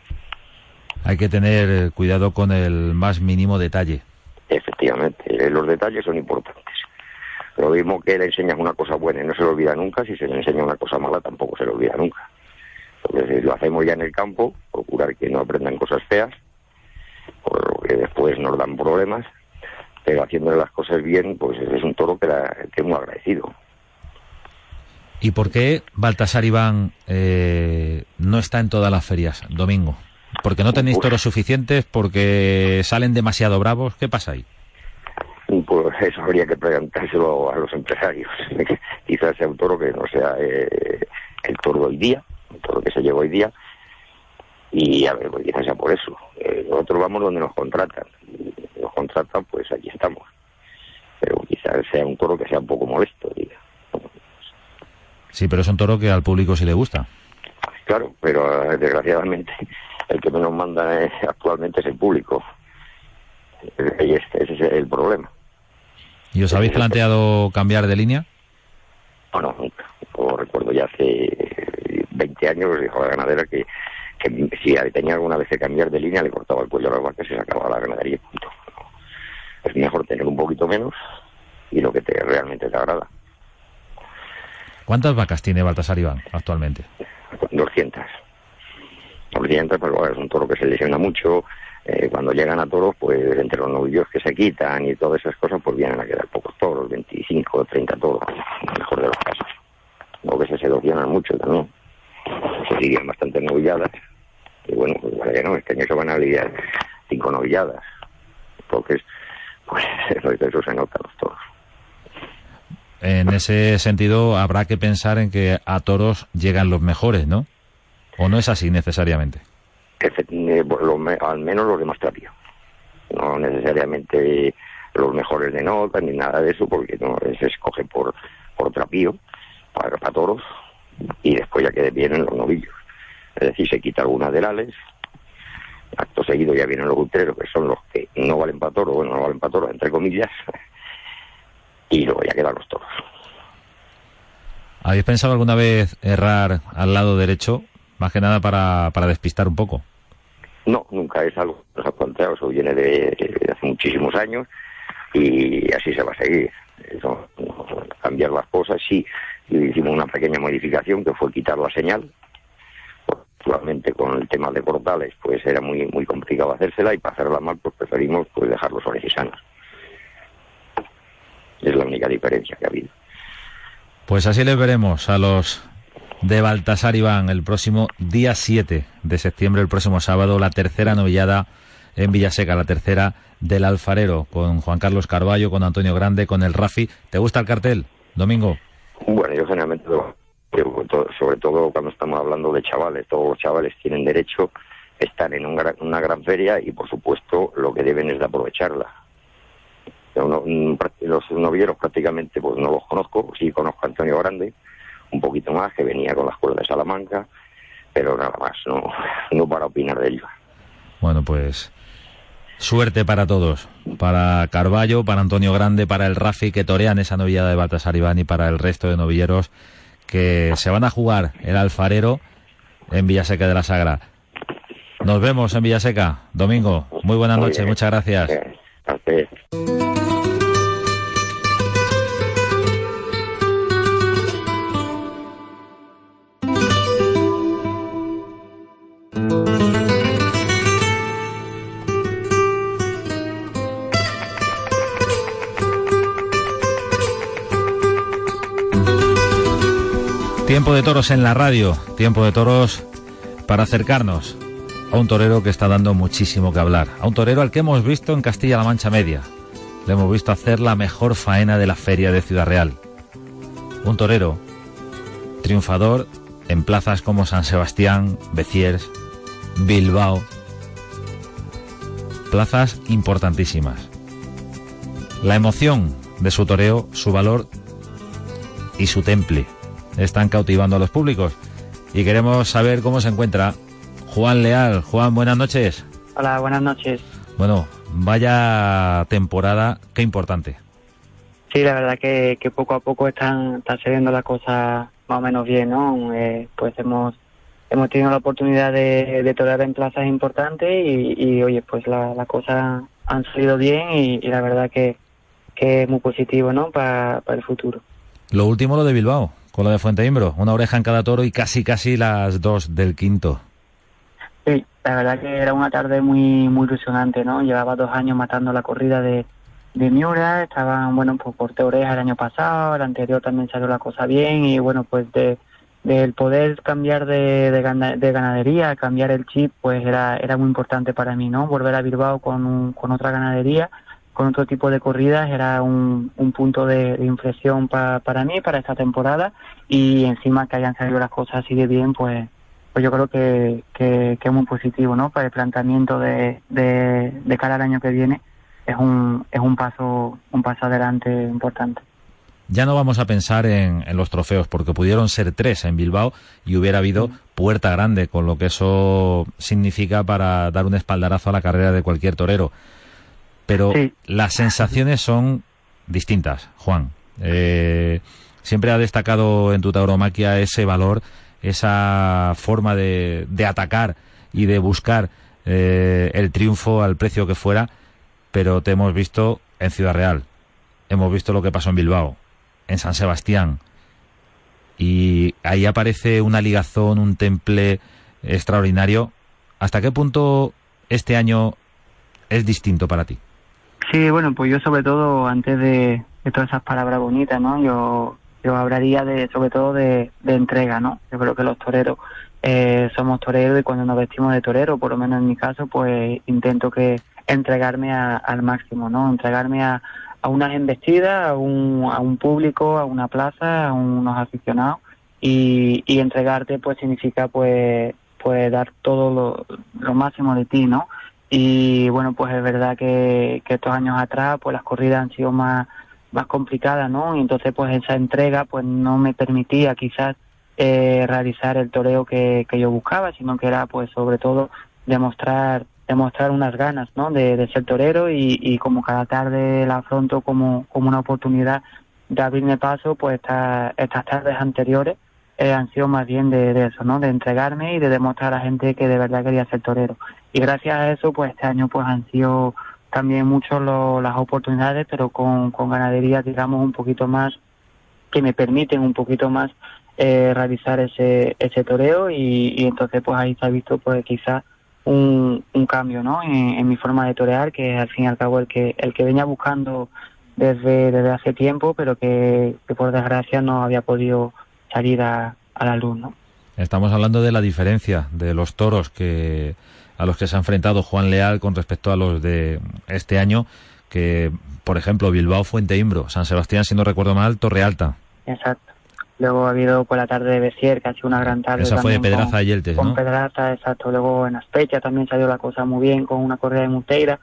Hay que tener cuidado con el más mínimo detalle. Efectivamente, los detalles son importantes. Lo mismo que le enseñas una cosa buena y no se le olvida nunca, si se le enseña una cosa mala tampoco se le olvida nunca. Entonces, si lo hacemos ya en el campo, procurar que no aprendan cosas feas, porque después nos dan problemas, pero haciéndole las cosas bien, pues es un toro que, la, que es muy agradecido. ¿Y por qué Baltasar Iván eh, no está en todas las ferias, Domingo? ¿Porque no tenéis toros suficientes? ¿Porque salen demasiado bravos? ¿Qué pasa ahí? Pues eso habría que preguntárselo a los empresarios. Quizás sea un toro que no sea eh, el toro de hoy día, el toro que se lleva hoy día, y a ver, pues quizás sea por eso. Eh, nosotros vamos donde nos contratan. Nos contratan, pues aquí estamos. Pero quizás sea un toro que sea un poco molesto, diga. Sí, pero es un toro que al público sí le gusta. Claro, pero desgraciadamente el que menos manda es, actualmente es el público. Y ese, ese es el problema. ¿Y os habéis planteado cambiar de línea? No, no, nunca. Yo recuerdo ya hace veinte años, dijo la ganadera que, que si tenía alguna vez que cambiar de línea le cortaba el cuello a las vacas y se sacaba la ganadería y punto. Es mejor tener un poquito menos y lo que te realmente te agrada. ¿Cuántas vacas tiene Baltasar Iván actualmente? doscientas. doscientas, pero bueno, es un toro que se lesiona mucho. Eh, cuando llegan a toros, pues entre los novillos que se quitan y todas esas cosas, pues vienen a quedar pocos toros, veinticinco, treinta toros, mejor de los casos. Luego que se seleccionan mucho también. Se siguen bastante novilladas. Y bueno, pues vale que no, este año se van a lidiar cinco novilladas. Entonces, pues eso se nota los toros. En ese sentido, habrá que pensar en que a toros llegan los mejores, ¿no? ¿O no es así necesariamente? Al menos los de más trapio. No necesariamente los mejores de nota ni nada de eso, porque no se escoge por, por trapío para, para toros y después ya que vienen los novillos. Es decir, se quita algunas de Lales, acto seguido ya vienen los ultreros, que son los que no valen para toro, bueno, no valen para toro, entre comillas, y luego ya quedan los toros. ¿Habéis pensado alguna vez errar al lado derecho? Más que nada para, para despistar un poco. No, nunca es algo que nos ha planteado. Eso viene de, de hace muchísimos años y así se va a seguir. Eso, cambiar las cosas, sí. Hicimos una pequeña modificación que fue quitar la señal. Actualmente con el tema de portales, pues era muy muy complicado hacérsela y para hacerla mal, pues preferimos pues dejar los orejas sanos. Es la única diferencia que ha habido. Pues así les veremos a los de Baltasar Iván el próximo día siete de septiembre, el próximo sábado, la tercera novillada en Villaseca, la tercera del Alfarero, con Juan Carlos Carballo, con Antonio Grande, con el Rafi. ¿Te gusta el cartel, Domingo? Bueno, yo generalmente, sobre todo cuando estamos hablando de chavales, todos los chavales tienen derecho a estar en un gran, una gran feria y por supuesto lo que deben es de aprovecharla. Yo no, los novilleros prácticamente pues no los conozco, sí conozco a Antonio Grande, un poquito más, que venía con la escuela de Salamanca, pero nada más, no, no para opinar de ello. Bueno, pues suerte para todos, para Carballo, para Antonio Grande, para el Rafi, que torean esa novillada de Baltasar Iván, y para el resto de novilleros que se van a jugar el Alfarero en Villaseca de la Sagra. Nos vemos en Villaseca, Domingo. Muy buenas noches, muchas gracias. Gracias. Tiempo de toros en la radio, tiempo de toros para acercarnos a un torero que está dando muchísimo que hablar, a un torero al que hemos visto en Castilla-La Mancha Media, le hemos visto hacer la mejor faena de la feria de Ciudad Real, un torero triunfador en plazas como San Sebastián, Beciers, Bilbao, plazas importantísimas. La emoción de su toreo, su valor y su temple están cautivando a los públicos. Y queremos saber cómo se encuentra Juan Leal. Juan, buenas noches. Hola, buenas noches. Bueno, vaya temporada, qué importante. Sí, la verdad que, que poco a poco están, están saliendo las cosas más o menos bien, ¿no? Eh, pues hemos hemos tenido la oportunidad de, de torear en plazas importantes y, y oye, pues las la cosas han salido bien y, y la verdad que, que es muy positivo, ¿no? Para pa el futuro. Lo último, lo de Bilbao, con lo de Fuenteimbro, una oreja en cada toro y casi casi las dos del quinto. Sí, la verdad que era una tarde muy muy ilusionante, ¿no? Llevaba dos años matando la corrida de, de Miura, estaban, bueno, pues por oreja el año pasado, el anterior también salió la cosa bien y, bueno, pues de del poder cambiar de, de, gana, de ganadería, cambiar el chip, pues era era muy importante para mí, ¿no? Volver a Bilbao con, un, con otra ganadería, con otro tipo de corridas, era un, un punto de, de inflexión pa, para mí, para esta temporada, y encima que hayan salido las cosas así de bien, pues pues yo creo que, que, que es muy positivo, ¿no? Para el planteamiento de, de, de cara al año que viene, es un es un paso un paso adelante importante. Ya no vamos a pensar en, en los trofeos, porque pudieron ser tres en Bilbao y hubiera habido puerta grande, con lo que eso significa para dar un espaldarazo a la carrera de cualquier torero. Pero sí, las sensaciones son distintas, Juan. Eh, siempre ha destacado en tu tauromaquia ese valor, esa forma de, de atacar y de buscar eh, el triunfo al precio que fuera, pero te hemos visto en Ciudad Real, hemos visto lo que pasó en Bilbao, en San Sebastián, y ahí aparece una ligazón, un temple extraordinario. ¿Hasta qué punto este año es distinto para ti? Sí, bueno, pues yo sobre todo, antes de, de todas esas palabras bonitas, ¿no? Yo yo hablaría de sobre todo de, de entrega, ¿no? Yo creo que los toreros eh, somos toreros y cuando nos vestimos de torero, por lo menos en mi caso, pues intento que entregarme a, al máximo, ¿no? Entregarme a, a unas embestidas, a un, a un público, a una plaza, a unos aficionados y, y entregarte pues significa pues pues dar todo lo, lo máximo de ti, ¿no? Y bueno, pues es verdad que, que estos años atrás pues las corridas han sido más más complicadas, ¿no? Y entonces pues esa entrega pues no me permitía quizás eh, realizar el toreo que, que yo buscaba, sino que era pues sobre todo demostrar demostrar unas ganas, ¿no? De, de ser torero y, y como cada tarde la afronto como, como una oportunidad de abrirme paso, pues esta, estas tardes anteriores eh, han sido más bien de, de eso, ¿no? De entregarme y de demostrar a la gente que de verdad quería ser torero. Y gracias a eso, pues este año pues han sido también muchas las oportunidades, pero con, con ganaderías, digamos, un poquito más, que me permiten un poquito más eh, realizar ese ese toreo y, y entonces pues ahí se ha visto pues quizás un, un cambio, ¿no? En, en mi forma de torear, que al fin y al cabo el que el que venía buscando desde desde hace tiempo, pero que, que por desgracia no había podido salir a, a la luz, ¿no? Estamos hablando de la diferencia de los toros que a los que se ha enfrentado Juan Leal con respecto a los de este año, que por ejemplo Bilbao, Fuenteimbro, San Sebastián, si no recuerdo mal, Torrealta. Exacto. Luego ha habido por la tarde de Beciers, que ha sido una gran tarde. Esa fue de Pedraza y Yeltes, ¿no? Con Pedraza, exacto. Luego en Aspecha también salió la cosa muy bien con una corrida de Muteira.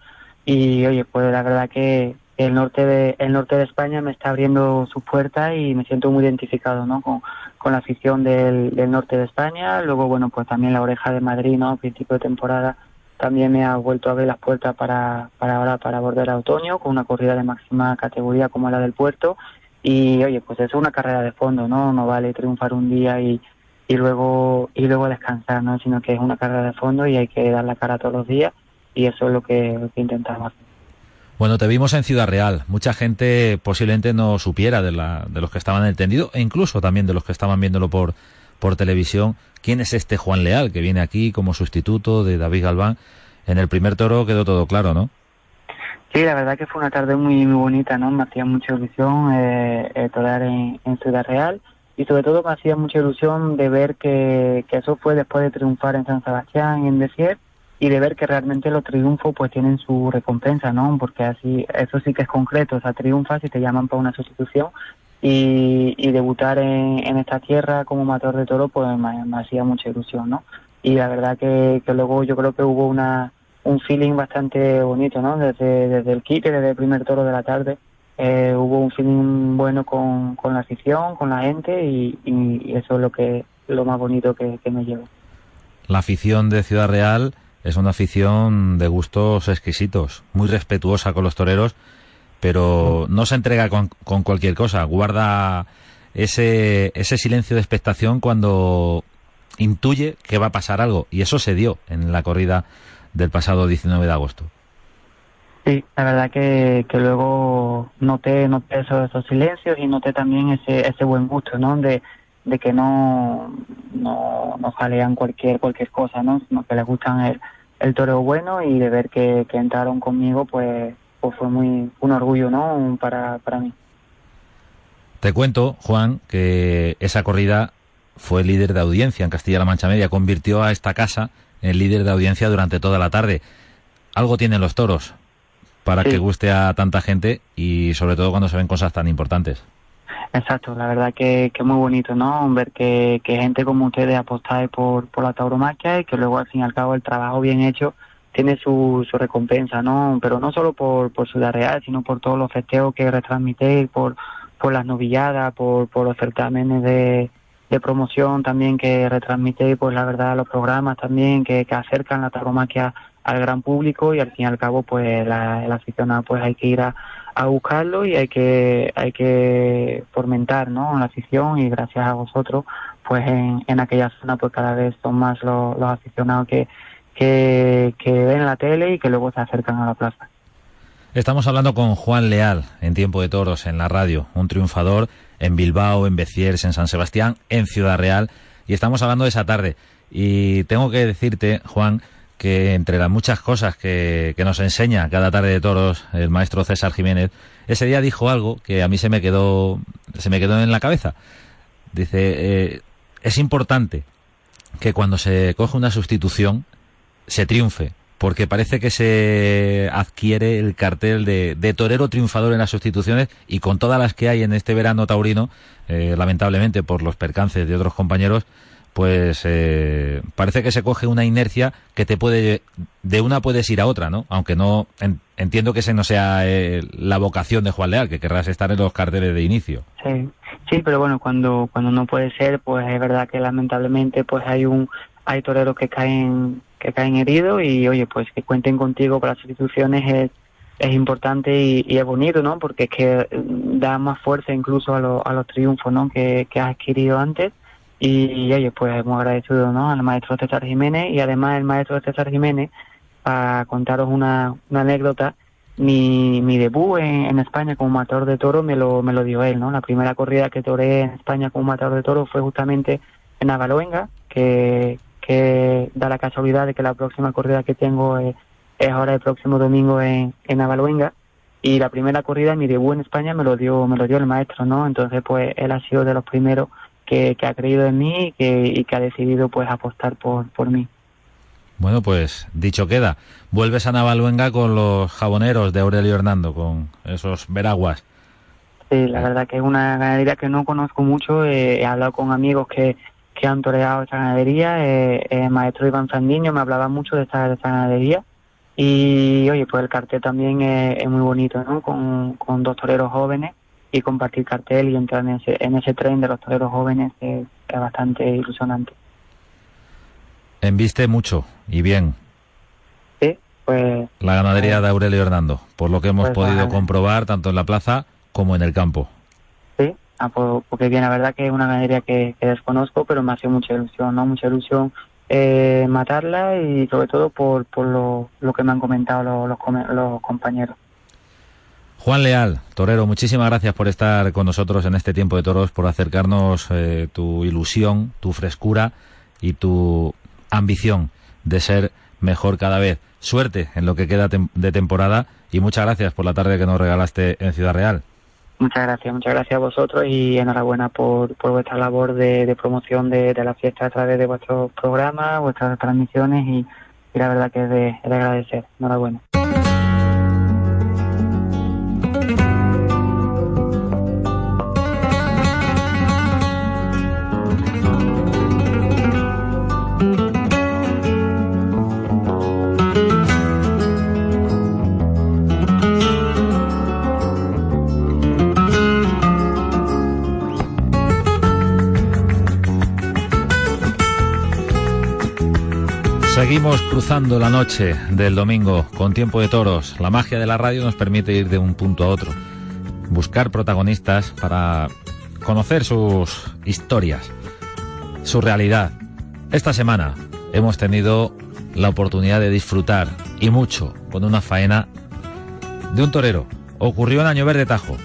Y oye, pues la verdad que el norte de el norte de España me está abriendo sus puertas y me siento muy identificado, ¿no? Con, con la afición del, del norte de España. Luego, bueno, pues también la Oreja de Madrid, ¿no? A principio de temporada también me ha vuelto a abrir las puertas para, para ahora, para volver a otoño, con una corrida de máxima categoría como la del Puerto. Y oye, pues eso es una carrera de fondo, ¿no? No vale triunfar un día y, y luego y luego descansar, ¿no? Sino que es una carrera de fondo y hay que dar la cara todos los días y eso es lo que, lo que intentamos hacer. Bueno, te vimos en Ciudad Real. Mucha gente posiblemente no supiera de, la, de los que estaban en el tendido e incluso también de los que estaban viéndolo por, por televisión. ¿Quién es este Juan Leal que viene aquí como sustituto de David Galván? En el primer toro quedó todo claro, ¿no? Sí, la verdad que fue una tarde muy muy bonita, ¿no? Me hacía mucha ilusión eh, eh, torear en, en Ciudad Real y sobre todo me hacía mucha ilusión de ver que, que eso fue después de triunfar en San Sebastián y en Beciers y de ver que realmente los triunfos pues tienen su recompensa, ¿no? Porque así, eso sí que es concreto, o sea, triunfas y te llaman para una sustitución y, y debutar en, en esta tierra como matador de toro pues me, me hacía mucha ilusión, ¿no? Y la verdad que, que luego yo creo que hubo una un feeling bastante bonito, ¿no? Desde, desde el quite, desde el primer toro de la tarde, eh, hubo un feeling bueno con, con la afición, con la gente y, y, y eso es lo que lo más bonito que, que me llevo. La afición de Ciudad Real es una afición de gustos exquisitos, muy respetuosa con los toreros, pero no se entrega con, con cualquier cosa, guarda ese, ese silencio de expectación cuando intuye que va a pasar algo, y eso se dio en la corrida del pasado diecinueve de agosto. Sí, la verdad que, que luego noté, noté esos, esos silencios y noté también ese, ese buen gusto, ¿no? De, de que no, no, no jalean cualquier, cualquier cosa, ¿no? Sino que les gustan el, el toreo bueno, y de ver que, que entraron conmigo, pues, pues fue muy un orgullo, ¿no? Para, para mí. Te cuento, Juan, que esa corrida fue líder de audiencia en Castilla-La Mancha Media, convirtió a esta casa en líder de audiencia durante toda la tarde. Algo tienen los toros para sí. que guste a tanta gente, y sobre todo cuando se ven cosas tan importantes. Exacto, la verdad que que muy bonito, ¿no? Ver que, que gente como ustedes apostáis por, por la tauromaquia, y que luego al fin y al cabo el trabajo bien hecho tiene su, su recompensa, ¿no? Pero no solo por, por Ciudad Real, sino por todos los festejos que retransmitéis, por, por las novilladas, por, por los certámenes de de promoción también que retransmite, pues la verdad, los programas también que, que acercan la tauromaquia al gran público, y al fin y al cabo pues la, el aficionado pues hay que ir a, a buscarlo, y hay que hay que fomentar, ¿no?, la afición, y gracias a vosotros pues en, en aquella zona pues cada vez son más los, los aficionados que, que, que ven la tele y que luego se acercan a la plaza. Estamos hablando con Juan Leal en Tiempo de Toros en la radio, un triunfador en Bilbao, en Beciers, en San Sebastián, en Ciudad Real, y estamos hablando de esa tarde. Y tengo que decirte, Juan, que entre las muchas cosas que, que nos enseña cada tarde de toros el maestro César Jiménez, ese día dijo algo que a mí se me quedó, se me quedó en la cabeza. Dice, eh, es importante que cuando se coge una sustitución se triunfe, porque parece que se adquiere el cartel de, de torero triunfador en las sustituciones, y con todas las que hay en este verano taurino, eh, lamentablemente por los percances de otros compañeros, pues eh, parece que se coge una inercia que te puede, de una puedes ir a otra, ¿no? Aunque no, en, entiendo que ese no sea eh, la vocación de Juan Leal, que querrás estar en los carteles de inicio. Sí, sí, pero bueno, cuando cuando no puede ser, pues es verdad que lamentablemente pues hay un hay toreros que caen que caen heridos, y oye, pues que cuenten contigo para las sustituciones es, es importante y, y es bonito, ¿no? Porque es que da más fuerza incluso a, lo, a los triunfos, ¿no?, que, que has adquirido antes. Y, y oye, pues hemos agradecido, ¿no?, al maestro César Jiménez, y además el maestro César Jiménez, para contaros una, una anécdota, mi, mi debut en, en España como matador de toro me lo, me lo dio él, ¿no? La primera corrida que toré en España como matador de toro fue justamente en Navaluenga, que que da la casualidad de que la próxima corrida que tengo es, es ahora el próximo domingo en, en Navaluenga, y la primera corrida, mi debut en España, me lo dio me lo dio el maestro, ¿no? Entonces pues él ha sido de los primeros que, que ha creído en mí y que, y que ha decidido pues apostar por, por mí. Bueno, pues dicho queda, vuelves a Navaluenga con los jaboneros de Aurelio Hernando, con esos veraguas. Sí, la verdad que es una ganadería que no conozco mucho, eh, he hablado con amigos que que han toreado esta ganadería, eh, el maestro Iván Fandiño me hablaba mucho de esta, de esta ganadería, y oye, pues el cartel también es, es muy bonito, ¿no?, con, con dos toreros jóvenes, y compartir cartel y entrar en ese, en ese tren de los toreros jóvenes es, es bastante ilusionante. Embiste mucho y bien. Sí, pues... La ganadería eh, de Aurelio Hernando, por lo que hemos pues, podido vale. comprobar tanto en la plaza como en el campo. Sí. Ah, pues, porque bien, la verdad que es una ganadería que, que desconozco, pero me hace mucha ilusión, ¿no? Mucha ilusión eh, matarla, y sobre todo por, por lo, lo que me han comentado los, los, los compañeros. Juan Leal, torero, muchísimas gracias por estar con nosotros en este Tiempo de Toros, por acercarnos eh, tu ilusión, tu frescura y tu ambición de ser mejor cada vez. Suerte en lo que queda tem- de temporada, y muchas gracias por la tarde que nos regalaste en Ciudad Real. Muchas gracias, muchas gracias a vosotros, y enhorabuena por, por vuestra labor de, de promoción de, de la fiesta a través de vuestros programas, vuestras transmisiones, y, y la verdad que es de, es de agradecer. Enhorabuena. Seguimos cruzando la noche del domingo con Tiempo de Toros. La magia de la radio nos permite ir de un punto a otro, buscar protagonistas para conocer sus historias, su realidad. Esta semana hemos tenido la oportunidad de disfrutar, y mucho, con una faena de un torero. Ocurrió en Añover de Tajo.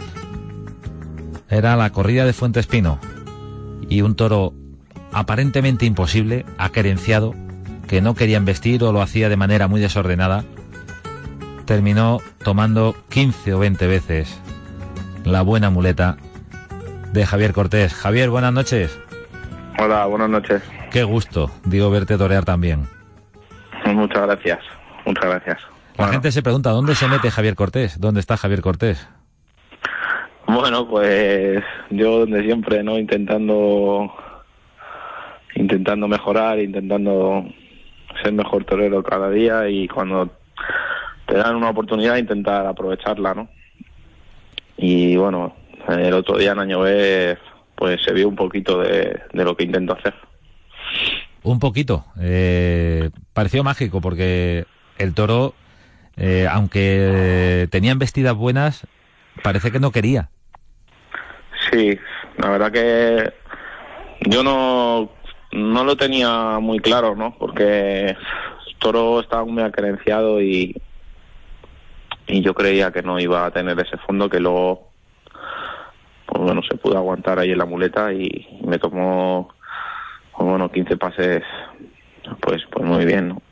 Era la corrida de Fuentespino, y un toro aparentemente imposible, aquerenciado, que no quería embestir o lo hacía de manera muy desordenada, terminó tomando quince o veinte veces la buena muleta de Javier Cortés. Javier, buenas noches. Hola, buenas noches. Qué gusto, digo, verte torear también. Muchas gracias, muchas gracias. La bueno. gente se pregunta, ¿dónde se mete Javier Cortés? ¿Dónde está Javier Cortés? Bueno, pues yo donde siempre, ¿no? Intentando, intentando mejorar, intentando ser mejor torero cada día, y cuando te dan una oportunidad intentar aprovecharla, ¿no? Y bueno, el otro día en Añover pues se vio un poquito de, de lo que intento hacer. Un poquito. Eh, pareció mágico porque el toro, eh, aunque tenía embestidas buenas, parece que no quería. Sí, la verdad que yo no... no lo tenía muy claro, ¿no? Porque el toro estaba muy acerenciado y y yo creía que no iba a tener ese fondo, que luego, pues bueno, se pudo aguantar ahí en la muleta y me tomó, pues bueno, quince pases, pues pues muy bien, ¿no?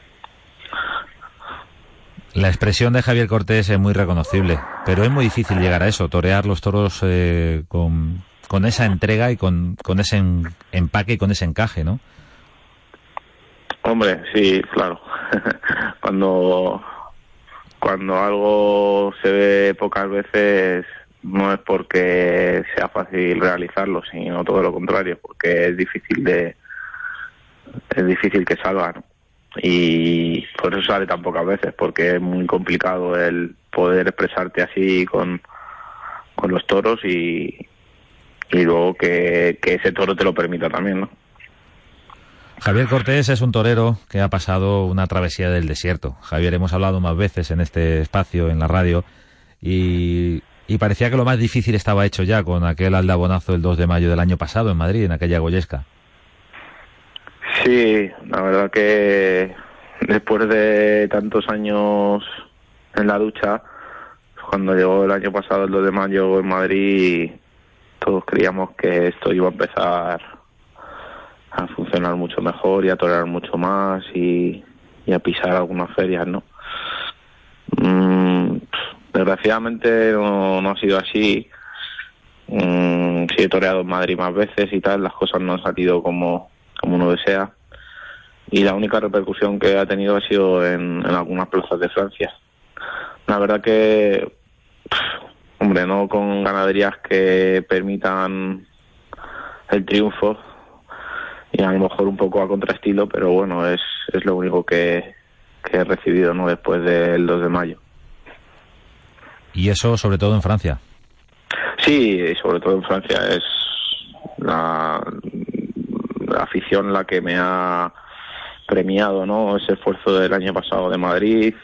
La expresión de Javier Cortés es muy reconocible, pero es muy difícil llegar a eso, torear los toros eh, con... con esa entrega y con, con ese en, empaque y con ese encaje, ¿no? Hombre, sí, claro. cuando cuando algo se ve pocas veces no es porque sea fácil realizarlo, sino todo lo contrario, porque es difícil de es difícil que salga, ¿no? Y por eso sale tan pocas veces, porque es muy complicado el poder expresarte así con con los toros y y luego que, que ese toro te lo permita también, ¿no? Javier Cortés es un torero que ha pasado una travesía del desierto. Javier, hemos hablado más veces en este espacio, en la radio, y, y parecía que lo más difícil estaba hecho ya con aquel aldabonazo el dos de mayo del año pasado en Madrid, en aquella Goyesca. Sí, la verdad que después de tantos años en la ducha, cuando llegó el año pasado el dos de mayo en Madrid, todos creíamos que esto iba a empezar a funcionar mucho mejor y a torear mucho más y, y a pisar algunas ferias, ¿no? Mm, desgraciadamente no, no ha sido así. Mm, sí he toreado en Madrid más veces y tal, las cosas no han salido como, como uno desea, y la única repercusión que ha tenido ha sido en, en algunas plazas de Francia. La verdad que, hombre, no con ganaderías que permitan el triunfo, y a lo mejor un poco a contraestilo, pero bueno, es, es lo único que, que he recibido, ¿no?, después del dos de mayo. ¿Y eso sobre todo en Francia? Sí, sobre todo en Francia. Es la, la afición la que me ha premiado, ¿no?, ese esfuerzo del año pasado de Madrid,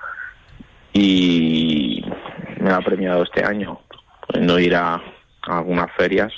y me ha premiado este año no ir a, a algunas ferias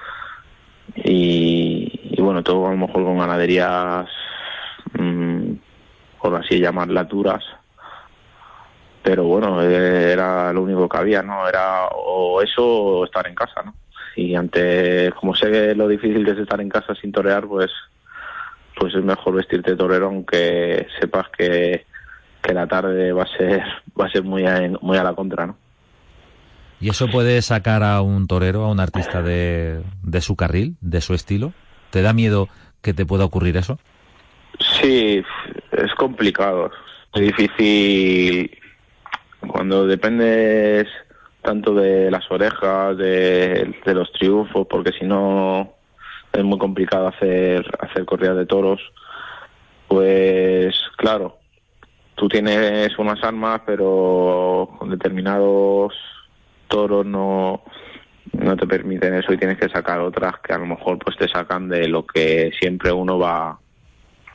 y, y bueno, todo a lo mejor con ganaderías mmm, por así llamarlas duras, pero bueno, era lo único que había, ¿no? Era o eso o estar en casa, ¿no? Y ante, como sé lo difícil que es estar en casa sin torear, pues pues es mejor vestirte de torero, aunque sepas que que la tarde va a ser va a ser muy a, muy a la contra, ¿no? ¿Y eso puede sacar a un torero, a un artista de, de su carril, de su estilo? ¿Te da miedo que te pueda ocurrir eso? Sí, es complicado, es difícil cuando dependes tanto de las orejas, de, de los triunfos, porque si no es muy complicado hacer hacer corridas de toros. Pues claro, tú tienes unas armas, pero con determinados toros no no te permiten eso, y tienes que sacar otras que a lo mejor pues te sacan de lo que siempre uno va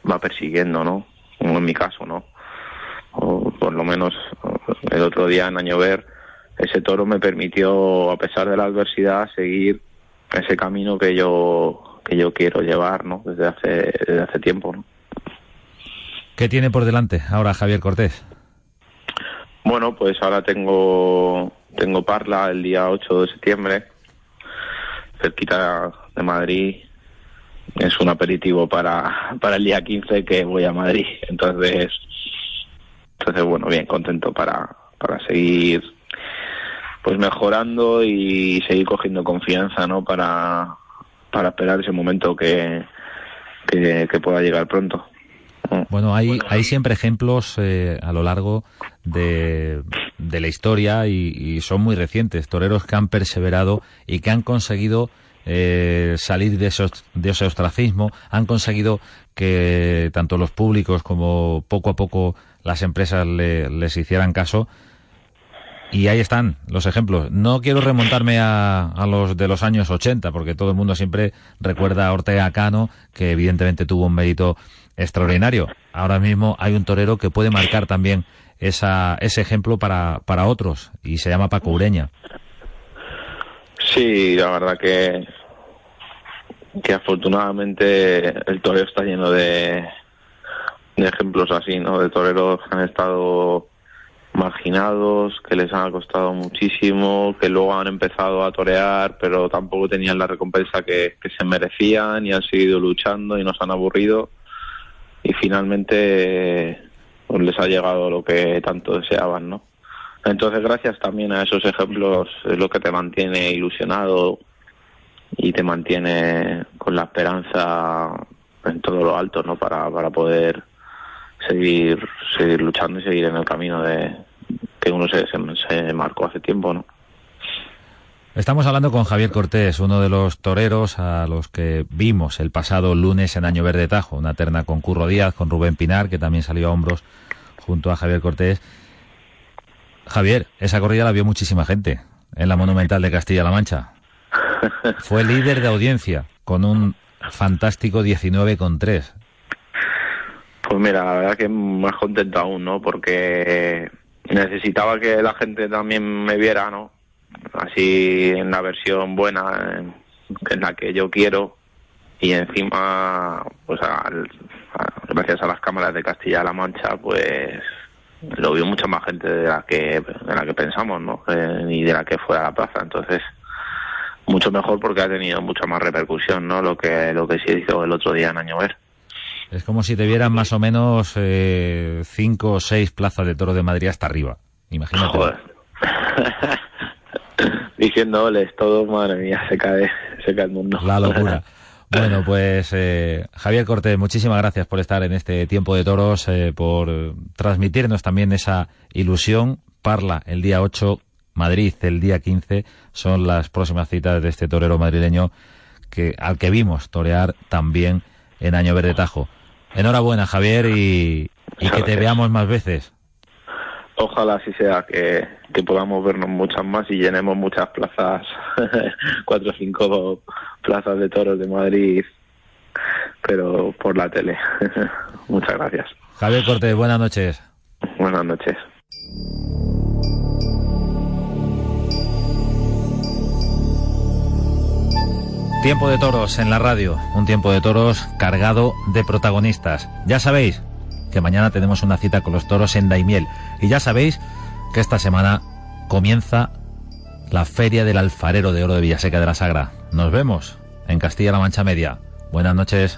va persiguiendo, ¿no? Como en mi caso, ¿no? O por lo menos el otro día en Añover ese toro me permitió, a pesar de la adversidad, seguir ese camino que yo que yo quiero llevar, ¿no? Desde hace desde hace tiempo, ¿no? ¿Qué tiene por delante ahora Javier Cortés? Bueno, pues ahora tengo tengo Parla el día ocho de septiembre, cerquita de Madrid. Es un aperitivo para para el día quince que voy a Madrid. Entonces, entonces bueno, bien contento para para seguir pues mejorando y seguir cogiendo confianza, ¿no? Para para esperar ese momento que que, que pueda llegar pronto. Bueno, hay hay siempre ejemplos eh, a lo largo de, de la historia y, y son muy recientes, toreros que han perseverado y que han conseguido eh, salir de, esos, de ese ostracismo, han conseguido que tanto los públicos como poco a poco las empresas le, les hicieran caso. Y ahí están los ejemplos. No quiero remontarme a, a los de los años ochenta, porque todo el mundo siempre recuerda a Ortega Cano, que evidentemente tuvo un mérito extraordinario. Ahora mismo hay un torero que puede marcar también esa, ese ejemplo para, para otros, y se llama Paco Ureña. Sí, la verdad que que afortunadamente el torero está lleno de, de ejemplos así, ¿no? De toreros que han estado marginados, que les ha costado muchísimo, que luego han empezado a torear, pero tampoco tenían la recompensa que, que se merecían y han seguido luchando y nos han aburrido. Y finalmente pues les ha llegado lo que tanto deseaban, ¿no? Entonces, gracias también a esos ejemplos es lo que te mantiene ilusionado y te mantiene con la esperanza en todo lo alto, ¿no? Para, para poder seguir seguir luchando y seguir en el camino de que uno se, se, se marcó hace tiempo, ¿no? Estamos hablando con Javier Cortés, uno de los toreros a los que vimos el pasado lunes en Añover de Tajo, una terna con Curro Díaz, con Rubén Pinar, que también salió a hombros junto a Javier Cortés. Javier, esa corrida la vio muchísima gente en la Monumental de Castilla-La Mancha. Fue líder de audiencia con un fantástico diecinueve con tres. Pues mira, la verdad que más contento aún, ¿no? Porque necesitaba que la gente también me viera, ¿no? Así en la versión buena, en, en la que yo quiero, y encima, pues al, a, gracias a las cámaras de Castilla-La Mancha, pues lo vio mucha más gente de la que de la que pensamos, ¿no? Eh, y de la que fue a la plaza. Entonces, mucho mejor porque ha tenido mucha más repercusión, ¿no? Lo que lo que se hizo el otro día en Añover. Es como si te vieran más o menos eh, cinco o seis plazas de Toro de Madrid hasta arriba. Imagínate. Joder. Diciendo oles todo, madre mía, se cae, se cae el mundo. La locura. Bueno, pues eh, Javier Cortés, muchísimas gracias por estar en este Tiempo de Toros, eh, por transmitirnos también esa ilusión. Parla el día ocho, Madrid el día quince, son las próximas citas de este torero madrileño que al que vimos torear también en Añover de Tajo. Enhorabuena, Javier, y, y que te veamos más veces. Ojalá así sea, que, que podamos vernos muchas más y llenemos muchas plazas, cuatro o cinco plazas de toros de Madrid, pero por la tele. Muchas gracias. Javier Cortés, buenas noches. Buenas noches. Tiempo de Toros en la radio, un Tiempo de Toros cargado de protagonistas. Ya sabéis que mañana tenemos una cita con los toros en Daimiel. Y ya sabéis que esta semana comienza la Feria del Alfarero de Oro de Villaseca de la Sagra. Nos vemos en Castilla-La Mancha Media. Buenas noches.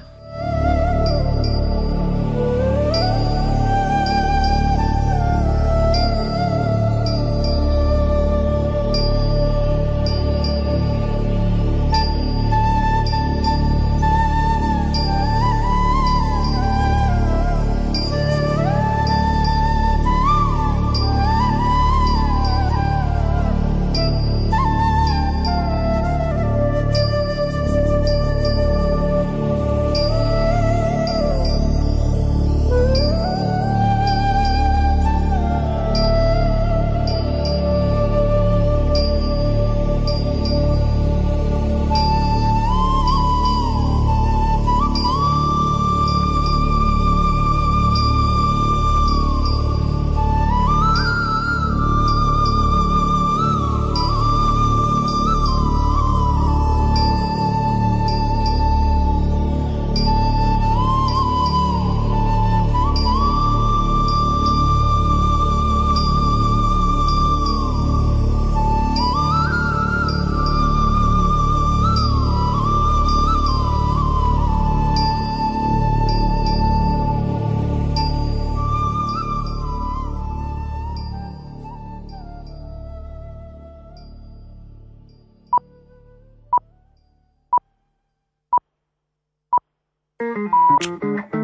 Thank you.